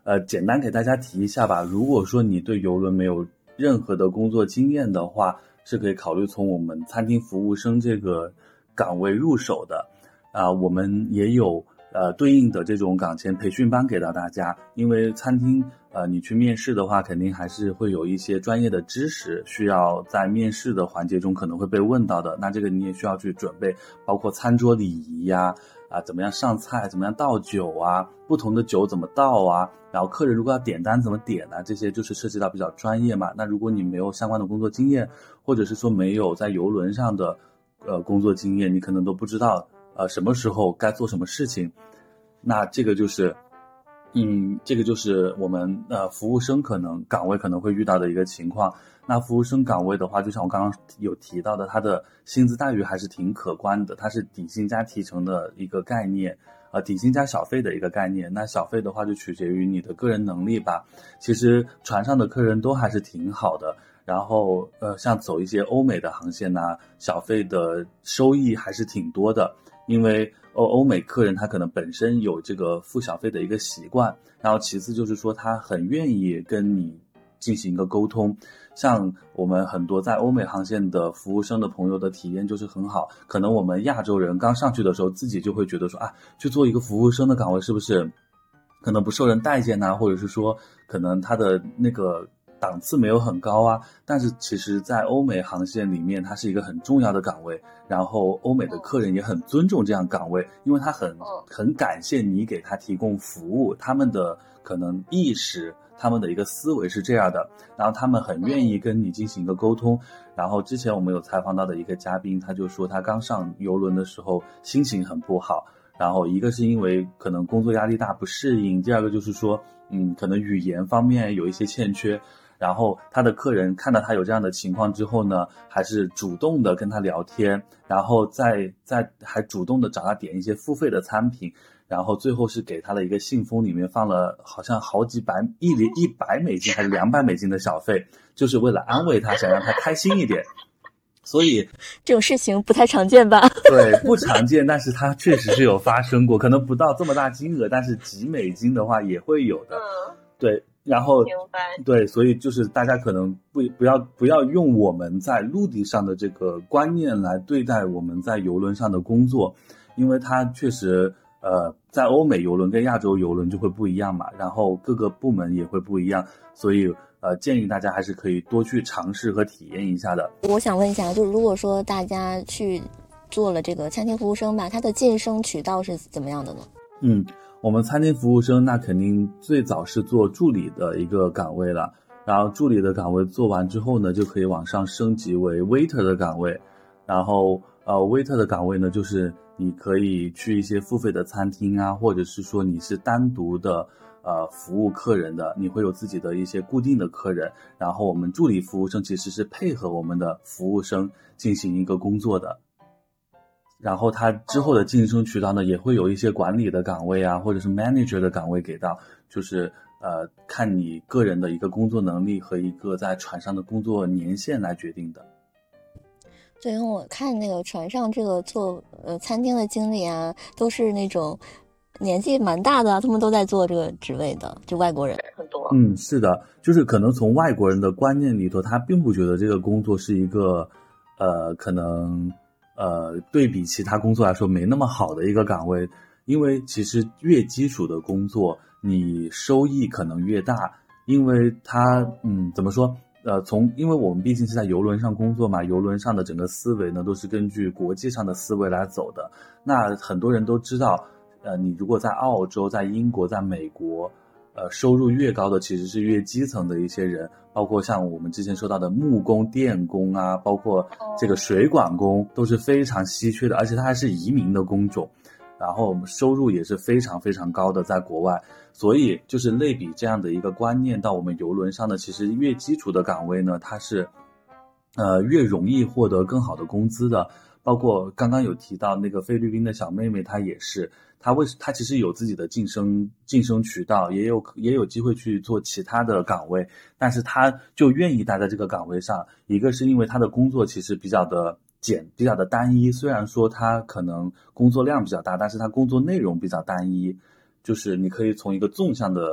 呃，简单给大家提一下吧。如果说你对邮轮没有任何的工作经验的话，是可以考虑从我们餐厅服务生这个岗位入手的。啊、呃，我们也有呃对应的这种岗前培训班给到大家。因为餐厅呃你去面试的话，肯定还是会有一些专业的知识需要在面试的环节中可能会被问到的。那这个你也需要去准备，包括餐桌礼仪呀。啊，怎么样上菜，怎么样倒酒啊，不同的酒怎么倒啊，然后客人如果要点单怎么点啊，这些就是涉及到比较专业嘛。那如果你没有相关的工作经验，或者是说没有在邮轮上的呃工作经验，你可能都不知道呃什么时候该做什么事情。那这个就是嗯，这个就是我们呃服务生可能岗位可能会遇到的一个情况。那服务生岗位的话，就像我刚刚有提到的，它的薪资待遇还是挺可观的，它是底薪加提成的一个概念，呃，底薪加小费的一个概念。那小费的话就取决于你的个人能力吧。其实船上的客人都还是挺好的，然后呃，像走一些欧美的航线呐、啊，小费的收益还是挺多的。因为欧欧美客人他可能本身有这个付小费的一个习惯，然后其次就是说他很愿意跟你进行一个沟通。像我们很多在欧美航线的服务生的朋友的体验就是很好，可能我们亚洲人刚上去的时候自己就会觉得说啊，去做一个服务生的岗位是不是可能不受人待见啊，或者是说可能他的那个档次没有很高啊。但是其实在欧美航线里面，它是一个很重要的岗位，然后欧美的客人也很尊重这样岗位，因为他很很感谢你给他提供服务，他们的可能意识他们的一个思维是这样的，然后他们很愿意跟你进行一个沟通。然后之前我们有采访到的一个嘉宾，他就说他刚上邮轮的时候心情很不好，然后一个是因为可能工作压力大不适应，第二个就是说嗯，可能语言方面有一些欠缺。然后他的客人看到他有这样的情况之后呢，还是主动的跟他聊天，然后再再还主动的找他点一些付费的餐品，然后最后是给他的一个信封里面放了好像好几百一里一百美金还是两百美金的小费，就是为了安慰他，想让他开心一点。所以这种事情不太常见吧？ 对，不常见，但是它确实是有发生过，可能不到这么大金额，但是几美金的话也会有的。 嗯， 对。然后明白， 对，所以就是大家可能不不要不要用我们在陆地上的这个观念来对待我们在邮轮上的工作，因为它确实呃在欧美邮轮跟亚洲邮轮就会不一样嘛，然后各个部门也会不一样，所以呃建议大家还是可以多去尝试和体验一下的。 我想问一下，就是如果说大家去做了这个餐厅服务生吧，它的晋升渠道是怎么样的呢？ 嗯。我们餐厅服务生那肯定最早是做助理的一个岗位了，然后助理的岗位做完之后呢，就可以往上升级为 waiter 的岗位，然后呃 waiter 的岗位呢，就是你可以去一些付费的餐厅啊，或者是说你是单独的呃服务客人的，你会有自己的一些固定的客人，然后我们助理服务生其实是配合我们的服务生进行一个工作的。然后他之后的晋升渠道呢，也会有一些管理的岗位啊，或者是 manager 的岗位给到，就是呃看你个人的一个工作能力和一个在船上的工作年限来决定的。 对，因为我看那个船上这个做呃餐厅的经理啊，都是那种年纪蛮大的，他们都在做这个职位的，就外国人很多。 嗯，是的，就是可能从外国人的观念里头，他并不觉得这个工作是一个呃可能。呃，对比其他工作来说没那么好的一个岗位，因为其实越基础的工作，你收益可能越大，因为它，嗯，怎么说？呃，从因为我们毕竟是在邮轮上工作嘛，邮轮上的整个思维呢都是根据国际上的思维来走的。那很多人都知道，呃，你如果在澳洲、在英国、在美国。呃，收入越高的其实是越基层的一些人，包括像我们之前说到的木工、电工啊，包括这个水管工都是非常稀缺的，而且它还是移民的工种，然后收入也是非常非常高的，在国外。所以就是类比这样的一个观念到我们邮轮上的，其实越基础的岗位呢，它是呃越容易获得更好的工资的。包括刚刚有提到那个菲律宾的小妹妹，她也是，她为她其实有自己的晋升晋升渠道，也有也有机会去做其他的岗位，但是她就愿意待在这个岗位上。一个是因为她的工作其实比较的简比较的单一，虽然说她可能工作量比较大，但是她工作内容比较单一，就是你可以从一个纵向的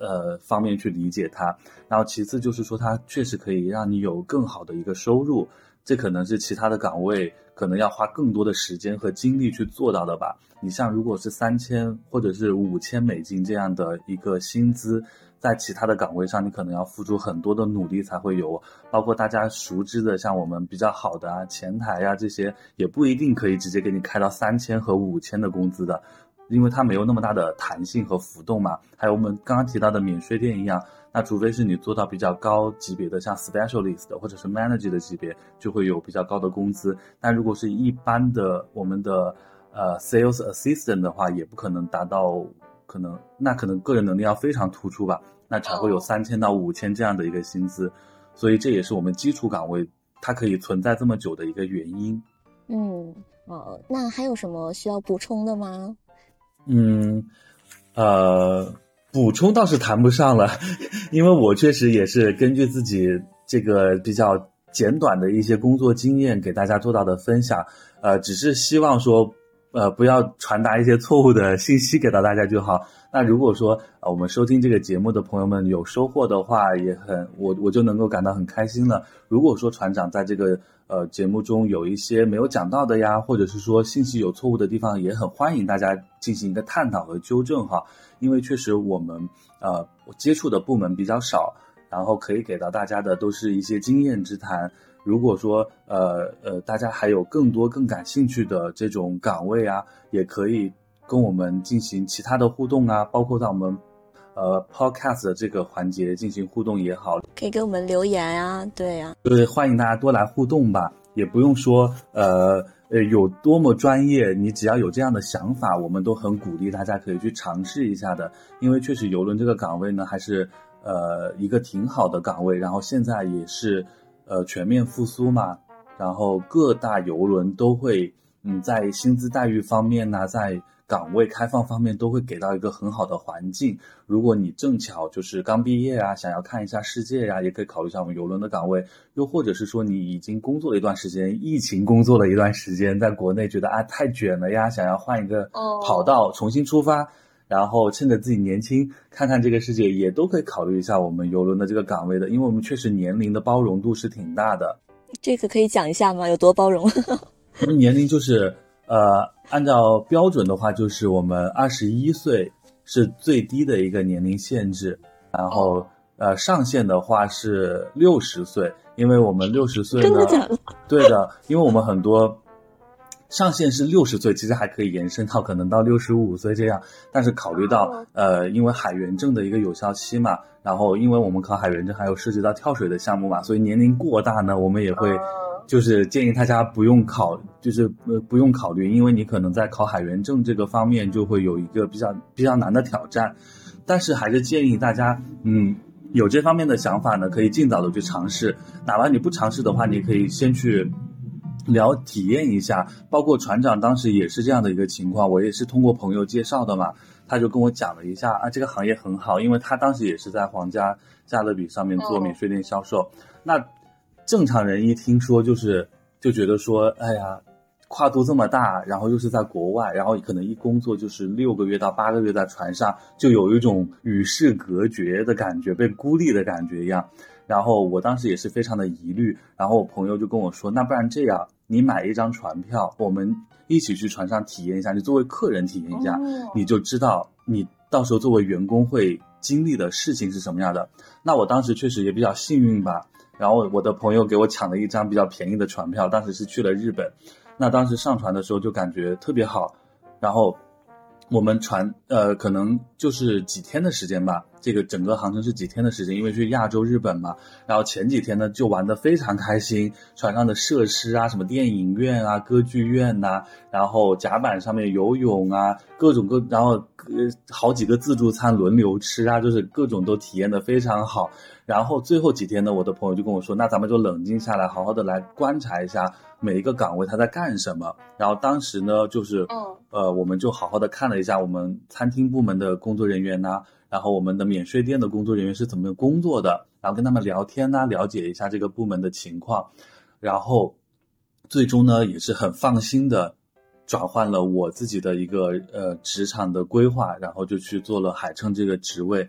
呃方面去理解它，然后其次就是说它确实可以让你有更好的一个收入，这可能是其他的岗位可能要花更多的时间和精力去做到的吧。你像如果是三千或者是五千美金这样的一个薪资，在其他的岗位上你可能要付出很多的努力才会有，包括大家熟知的像我们比较好的啊前台啊这些，也不一定可以直接给你开到三千和五千的工资的，因为它没有那么大的弹性和浮动嘛。还有我们刚刚提到的免税店一样，那除非是你做到比较高级别的像 specialist 的或者是 manager 的级别，就会有比较高的工资。但如果是一般的我们的呃 sales assistant 的话，也不可能达到，可能那可能个人能力要非常突出吧，那才会有三千到五千这样的一个薪资。所以这也是我们基础岗位它可以存在这么久的一个原因。 嗯，哦，那还有什么需要补充的吗？ 嗯，呃，补充倒是谈不上了，因为我确实也是根据自己这个比较简短的一些工作经验给大家做到的分享，呃，只是希望说呃，不要传达一些错误的信息给到大家就好。那如果说呃我们收听这个节目的朋友们有收获的话，也很我我就能够感到很开心了。如果说船长在这个呃节目中有一些没有讲到的呀，或者是说信息有错误的地方，也很欢迎大家进行一个探讨和纠正哈。因为确实我们呃接触的部门比较少，然后可以给到大家的都是一些经验之谈。如果说呃呃大家还有更多更感兴趣的这种岗位啊，也可以跟我们进行其他的互动啊，包括在我们呃 podcast 的这个环节进行互动也好， 可以给我们留言啊，对啊， 就是欢迎大家多来互动吧，也不用说呃呃有多么专业，你只要有这样的想法，我们都很鼓励大家可以去尝试一下的。因为确实邮轮这个岗位呢还是呃一个挺好的岗位，然后现在也是呃全面复苏嘛，然后各大邮轮都会嗯在薪资待遇方面呢，在岗位开放方面都会给到一个很好的环境。如果你正巧就是刚毕业啊，想要看一下世界呀、啊，也可以考虑一下我们邮轮的岗位。又或者是说你已经工作了一段时间，疫情工作了一段时间，在国内觉得啊太卷了呀，想要换一个跑道重新出发，然后趁着自己年轻看看这个世界，也都可以考虑一下我们邮轮的这个岗位的。因为我们确实年龄的包容度是挺大的。 这个可以讲一下吗？有多包容？ 我们年龄就是呃，按照标准的话，就是我们二十一岁是最低的一个年龄限制，然后呃，上限的话是六十岁，因为我们六十岁呢， 真的假的？ 对的，因为我们很多上限是六十岁，其实还可以延伸到可能到六十五岁这样，但是考虑到呃，因为海员证的一个有效期嘛，然后因为我们考海员证还有涉及到跳水的项目嘛，所以年龄过大呢，我们也会。就是建议大家不用考，就是呃不用考虑，因为你可能在考海员证这个方面就会有一个比较比较难的挑战。但是还是建议大家，嗯，有这方面的想法呢，可以尽早的去尝试。哪怕你不尝试的话，你可以先去聊体验一下。包括船长当时也是这样的一个情况，我也是通过朋友介绍的嘛，他就跟我讲了一下啊，这个行业很好，因为他当时也是在皇家加勒比上面做免税店销售。那正常人一听说就是就觉得说，哎呀，跨度这么大，然后又是在国外，然后可能一工作就是六个月到八个月在船上，就有一种与世隔绝的感觉，被孤立的感觉一样。然后我当时也是非常的疑虑，然后我朋友就跟我说，那不然这样，你买一张船票，我们一起去船上体验一下，你作为客人体验一下，你就知道你到时候作为员工会经历的事情是什么样的。那我当时确实也比较幸运吧，然后我的朋友给我抢了一张比较便宜的船票，当时是去了日本。那当时上船的时候就感觉特别好，然后我们船呃可能就是几天的时间吧，这个整个航程是几天的时间，因为去亚洲日本嘛。然后前几天呢就玩得非常开心，船上的设施啊，什么电影院啊、歌剧院呐、啊，然后甲板上面游泳啊，各种各，然后呃好几个自助餐轮流吃啊，就是各种都体验得非常好。然后最后几天呢，我的朋友就跟我说，那咱们就冷静下来，好好的来观察一下每一个岗位他在干什么。然后当时呢就是呃我们就好好的看了一下我们餐厅部门的工作人员呐、啊，然后我们的免税店的工作人员是怎么工作的，然后跟他们聊天呐、啊，了解一下这个部门的情况。然后最终呢也是很放心的转换了我自己的一个呃职场的规划，然后就去做了海乘这个职位。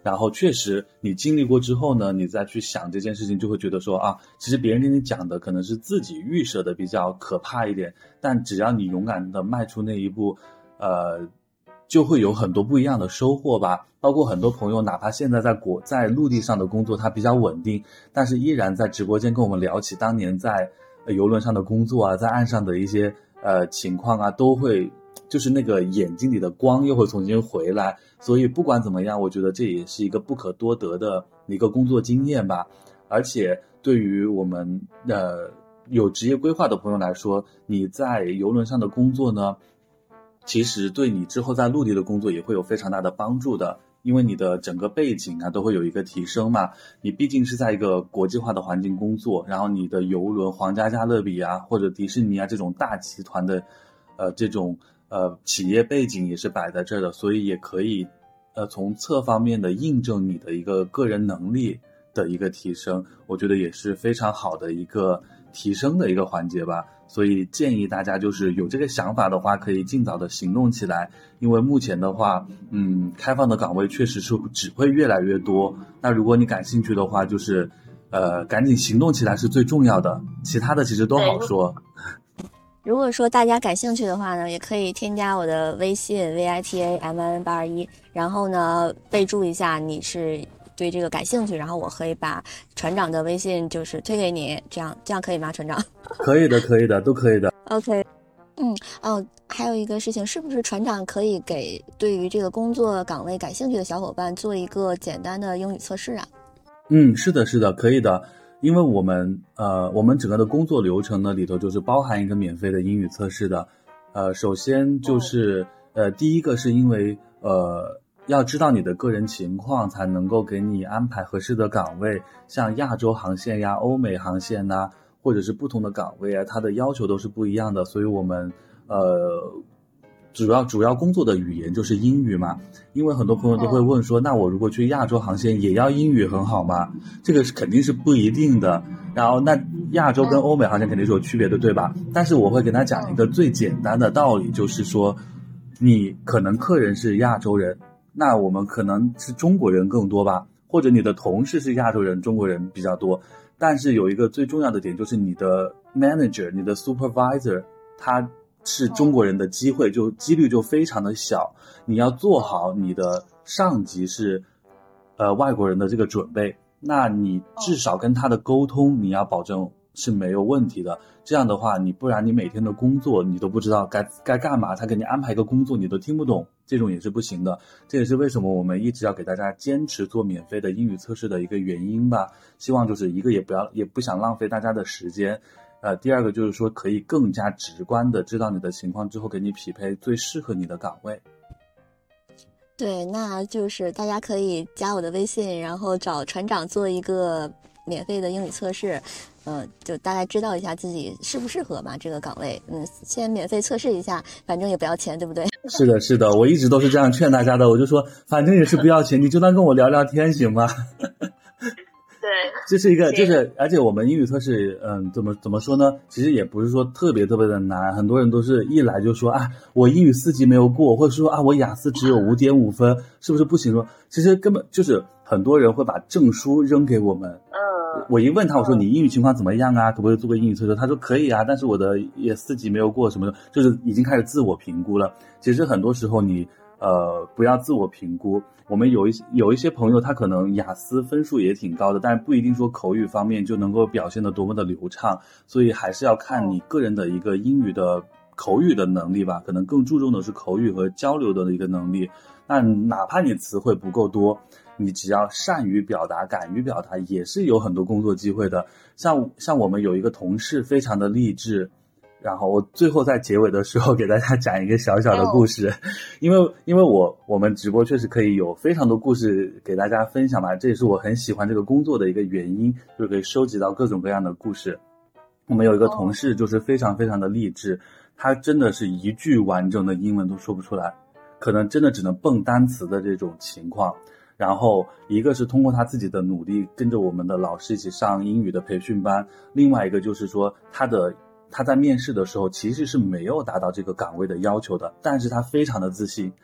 然后确实你经历过之后呢，你再去想这件事情，就会觉得说啊，其实别人跟你讲的可能是自己预设的比较可怕一点，但只要你勇敢的迈出那一步，呃，就会有很多不一样的收获吧。包括很多朋友，哪怕现在在国在陆地上的工作它比较稳定，但是依然在直播间跟我们聊起当年在游轮上的工作啊，在岸上的一些呃情况啊，都会就是那个眼睛里的光又会重新回来。所以不管怎么样，我觉得这也是一个不可多得的一个工作经验吧。而且对于我们呃有职业规划的朋友来说，你在游轮上的工作呢，其实对你之后在陆地的工作也会有非常大的帮助的。因为你的整个背景啊都会有一个提升嘛，你毕竟是在一个国际化的环境工作，然后你的邮轮皇家加勒比啊或者迪士尼啊这种大集团的呃这种呃企业背景也是摆在这儿的，所以也可以呃从侧方面的印证你的一个个人能力的一个提升，我觉得也是非常好的一个提升的一个环节吧。所以建议大家就是有这个想法的话，可以尽早的行动起来。因为目前的话，嗯，开放的岗位确实是只会越来越多。那如果你感兴趣的话，就是呃，赶紧行动起来是最重要的，其他的其实都好说。 如果说大家感兴趣的话呢，也可以添加我的微信 V I T A M N 八二一，然后呢备注一下你是对这个感兴趣，然后我可以把船长的微信就是推给你，这样这样可以吗，船长？ 可以的，可以的，都可以的。 OK， 嗯，哦，还有一个事情，是不是船长可以给对于这个工作岗位感兴趣的小伙伴做一个简单的英语测试啊？ 嗯，是的，是的，可以的。因为我们呃，我们整个的工作流程呢里头就是包含一个免费的英语测试的。呃，首先就是呃，第一个是因为呃。要知道你的个人情况才能够给你安排合适的岗位，像亚洲航线呀、欧美航线呐，或者是不同的岗位啊，它的要求都是不一样的。所以我们呃主要主要工作的语言就是英语嘛。因为很多朋友都会问说，那我如果去亚洲航线也要英语很好吗？这个是肯定是不一定的。然后那亚洲跟欧美航线肯定是有区别的，对吧？但是我会跟他讲一个最简单的道理，就是说你可能客人是亚洲人，那我们可能是中国人更多吧，或者你的同事是亚洲人，中国人比较多。但是有一个最重要的点，就是你的 manager 你的 supervisor 他是中国人的机会就几率就非常的小。你要做好你的上级是呃外国人的这个准备，那你至少跟他的沟通你要保证是没有问题的。这样的话，你不然你每天的工作你都不知道该该干嘛，他给你安排一个工作你都听不懂，这种也是不行的。这也是为什么我们一直要给大家坚持做免费的英语测试的一个原因吧。希望就是一个也不要也不想浪费大家的时间，呃，第二个就是说可以更加直观的知道你的情况之后，给你匹配最适合你的岗位。 对，那就是大家可以加我的微信，然后找船长做一个免费的英语测试，嗯、呃，就大概知道一下自己适不适合嘛这个岗位。嗯，先免费测试一下，反正也不要钱，对不对？ 是的，是的，我一直都是这样劝大家的，我就说反正也是不要钱，你就当跟我聊聊天行吗？ 对， 这是一个，就是而且我们英语测试，嗯，怎么怎么说呢？其实也不是说特别特别的难，很多人都是一来就说啊，我英语四级没有过，或者说啊，我雅思只有五点五分，是不是不行说？其实根本就是很多人会把证书扔给我们。 嗯， 我一问他，我说你英语情况怎么样啊？可不可以做个英语测试？他说可以啊，但是我的也四级没有过什么的，就是已经开始自我评估了。其实很多时候你呃不要自我评估。我们有一些有一些朋友他可能雅思分数也挺高的，但是不一定说口语方面就能够表现得多么的流畅，所以还是要看你个人的一个英语的口语的能力吧，可能更注重的是口语和交流的一个能力。那哪怕你词汇不够多，你只要善于表达敢于表达，也是有很多工作机会的。像像我们有一个同事非常的励志，然后我最后在结尾的时候给大家讲一个小小的故事，因为因为我我们直播确实可以有非常多故事给大家分享嘛，这也是我很喜欢这个工作的一个原因，就是可以收集到各种各样的故事。我们有一个同事就是非常非常的励志，他真的是一句完整的英文都说不出来，可能真的只能蹦单词的这种情况。然后一个是通过他自己的努力跟着我们的老师一起上英语的培训班，另外一个就是说他的他在面试的时候其实是没有达到这个岗位的要求的，但是他非常的自信，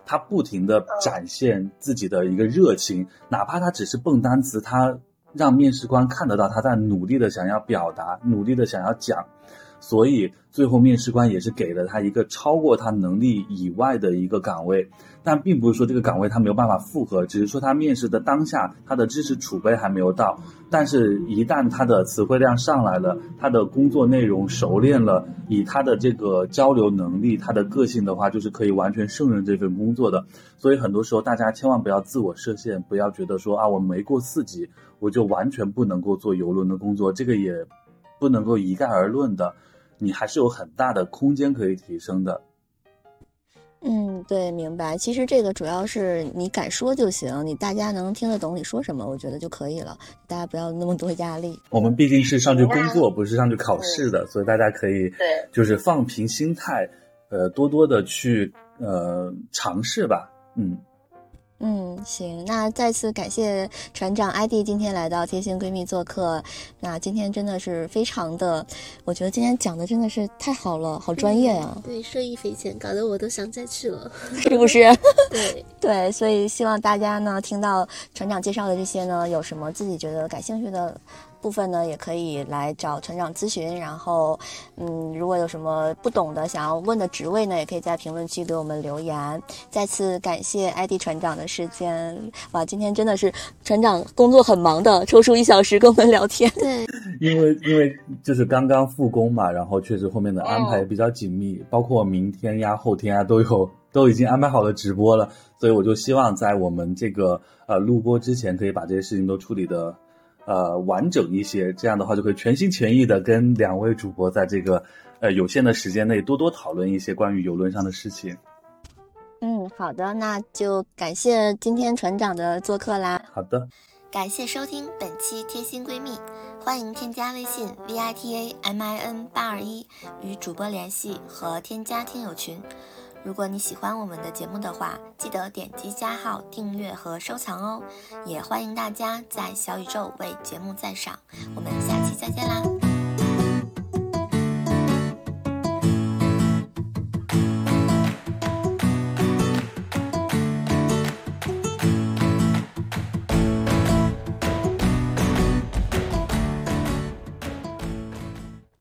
他不停的展现自己的一个热情，哪怕他只是蹦单词，他让面试官看得到他在努力的想要表达，努力的想要讲，所以最后面试官也是给了他一个超过他能力以外的一个岗位。但并不是说这个岗位他没有办法复合，只是说他面试的当下他的知识储备还没有到，但是一旦他的词汇量上来了，他的工作内容熟练了，以他的这个交流能力，他的个性的话，就是可以完全胜任这份工作的。所以很多时候大家千万不要自我设限，不要觉得说啊我没过四级我就完全不能够做邮轮的工作，这个也不能够一概而论的，你还是有很大的空间可以提升的。 嗯，对，明白。其实这个主要是你敢说就行，你大家能听得懂你说什么，我觉得就可以了。大家不要那么多压力。 我们毕竟是上去工作，不是上去考试的，所以大家可以就是放平心态，呃，多多的去呃尝试吧。嗯。 嗯，行，那再次感谢船长艾迪今天来到贴心闺蜜做客。那今天真的是非常的，我觉得今天讲的真的是太好了，好专业呀、啊嗯。对，受益匪浅，搞得我都想再去了， 是不是？ 对对，所以希望大家呢听到船长介绍的这些呢，有什么自己觉得感兴趣的部分呢，也可以来找船长咨询。然后，嗯，如果有什么不懂的想要问的职位呢，也可以在评论区给我们留言。再次感谢艾迪船长的时间，哇，今天真的是船长工作很忙的，抽出一小时跟我们聊天。 对， 因为因为就是刚刚复工嘛，然后确实后面的安排也比较紧密，哦、包括明天呀、后天呀都有都已经安排好了直播了，所以我就希望在我们这个呃录播之前，可以把这些事情都处理的。呃，完整一些，这样的话就可以全心全意的跟两位主播在这个呃有限的时间内多多讨论一些关于邮轮上的事情。 嗯，好的，那就感谢今天船长的做客啦。 好的， 感谢收听本期贴心闺蜜，欢迎添加微信 V I T A M I N 八二一与主播联系和添加听友群。如果你喜欢我们的节目的话，记得点击加号订阅和收藏哦。也欢迎大家在小宇宙为节目赞赏。我们下期再见啦！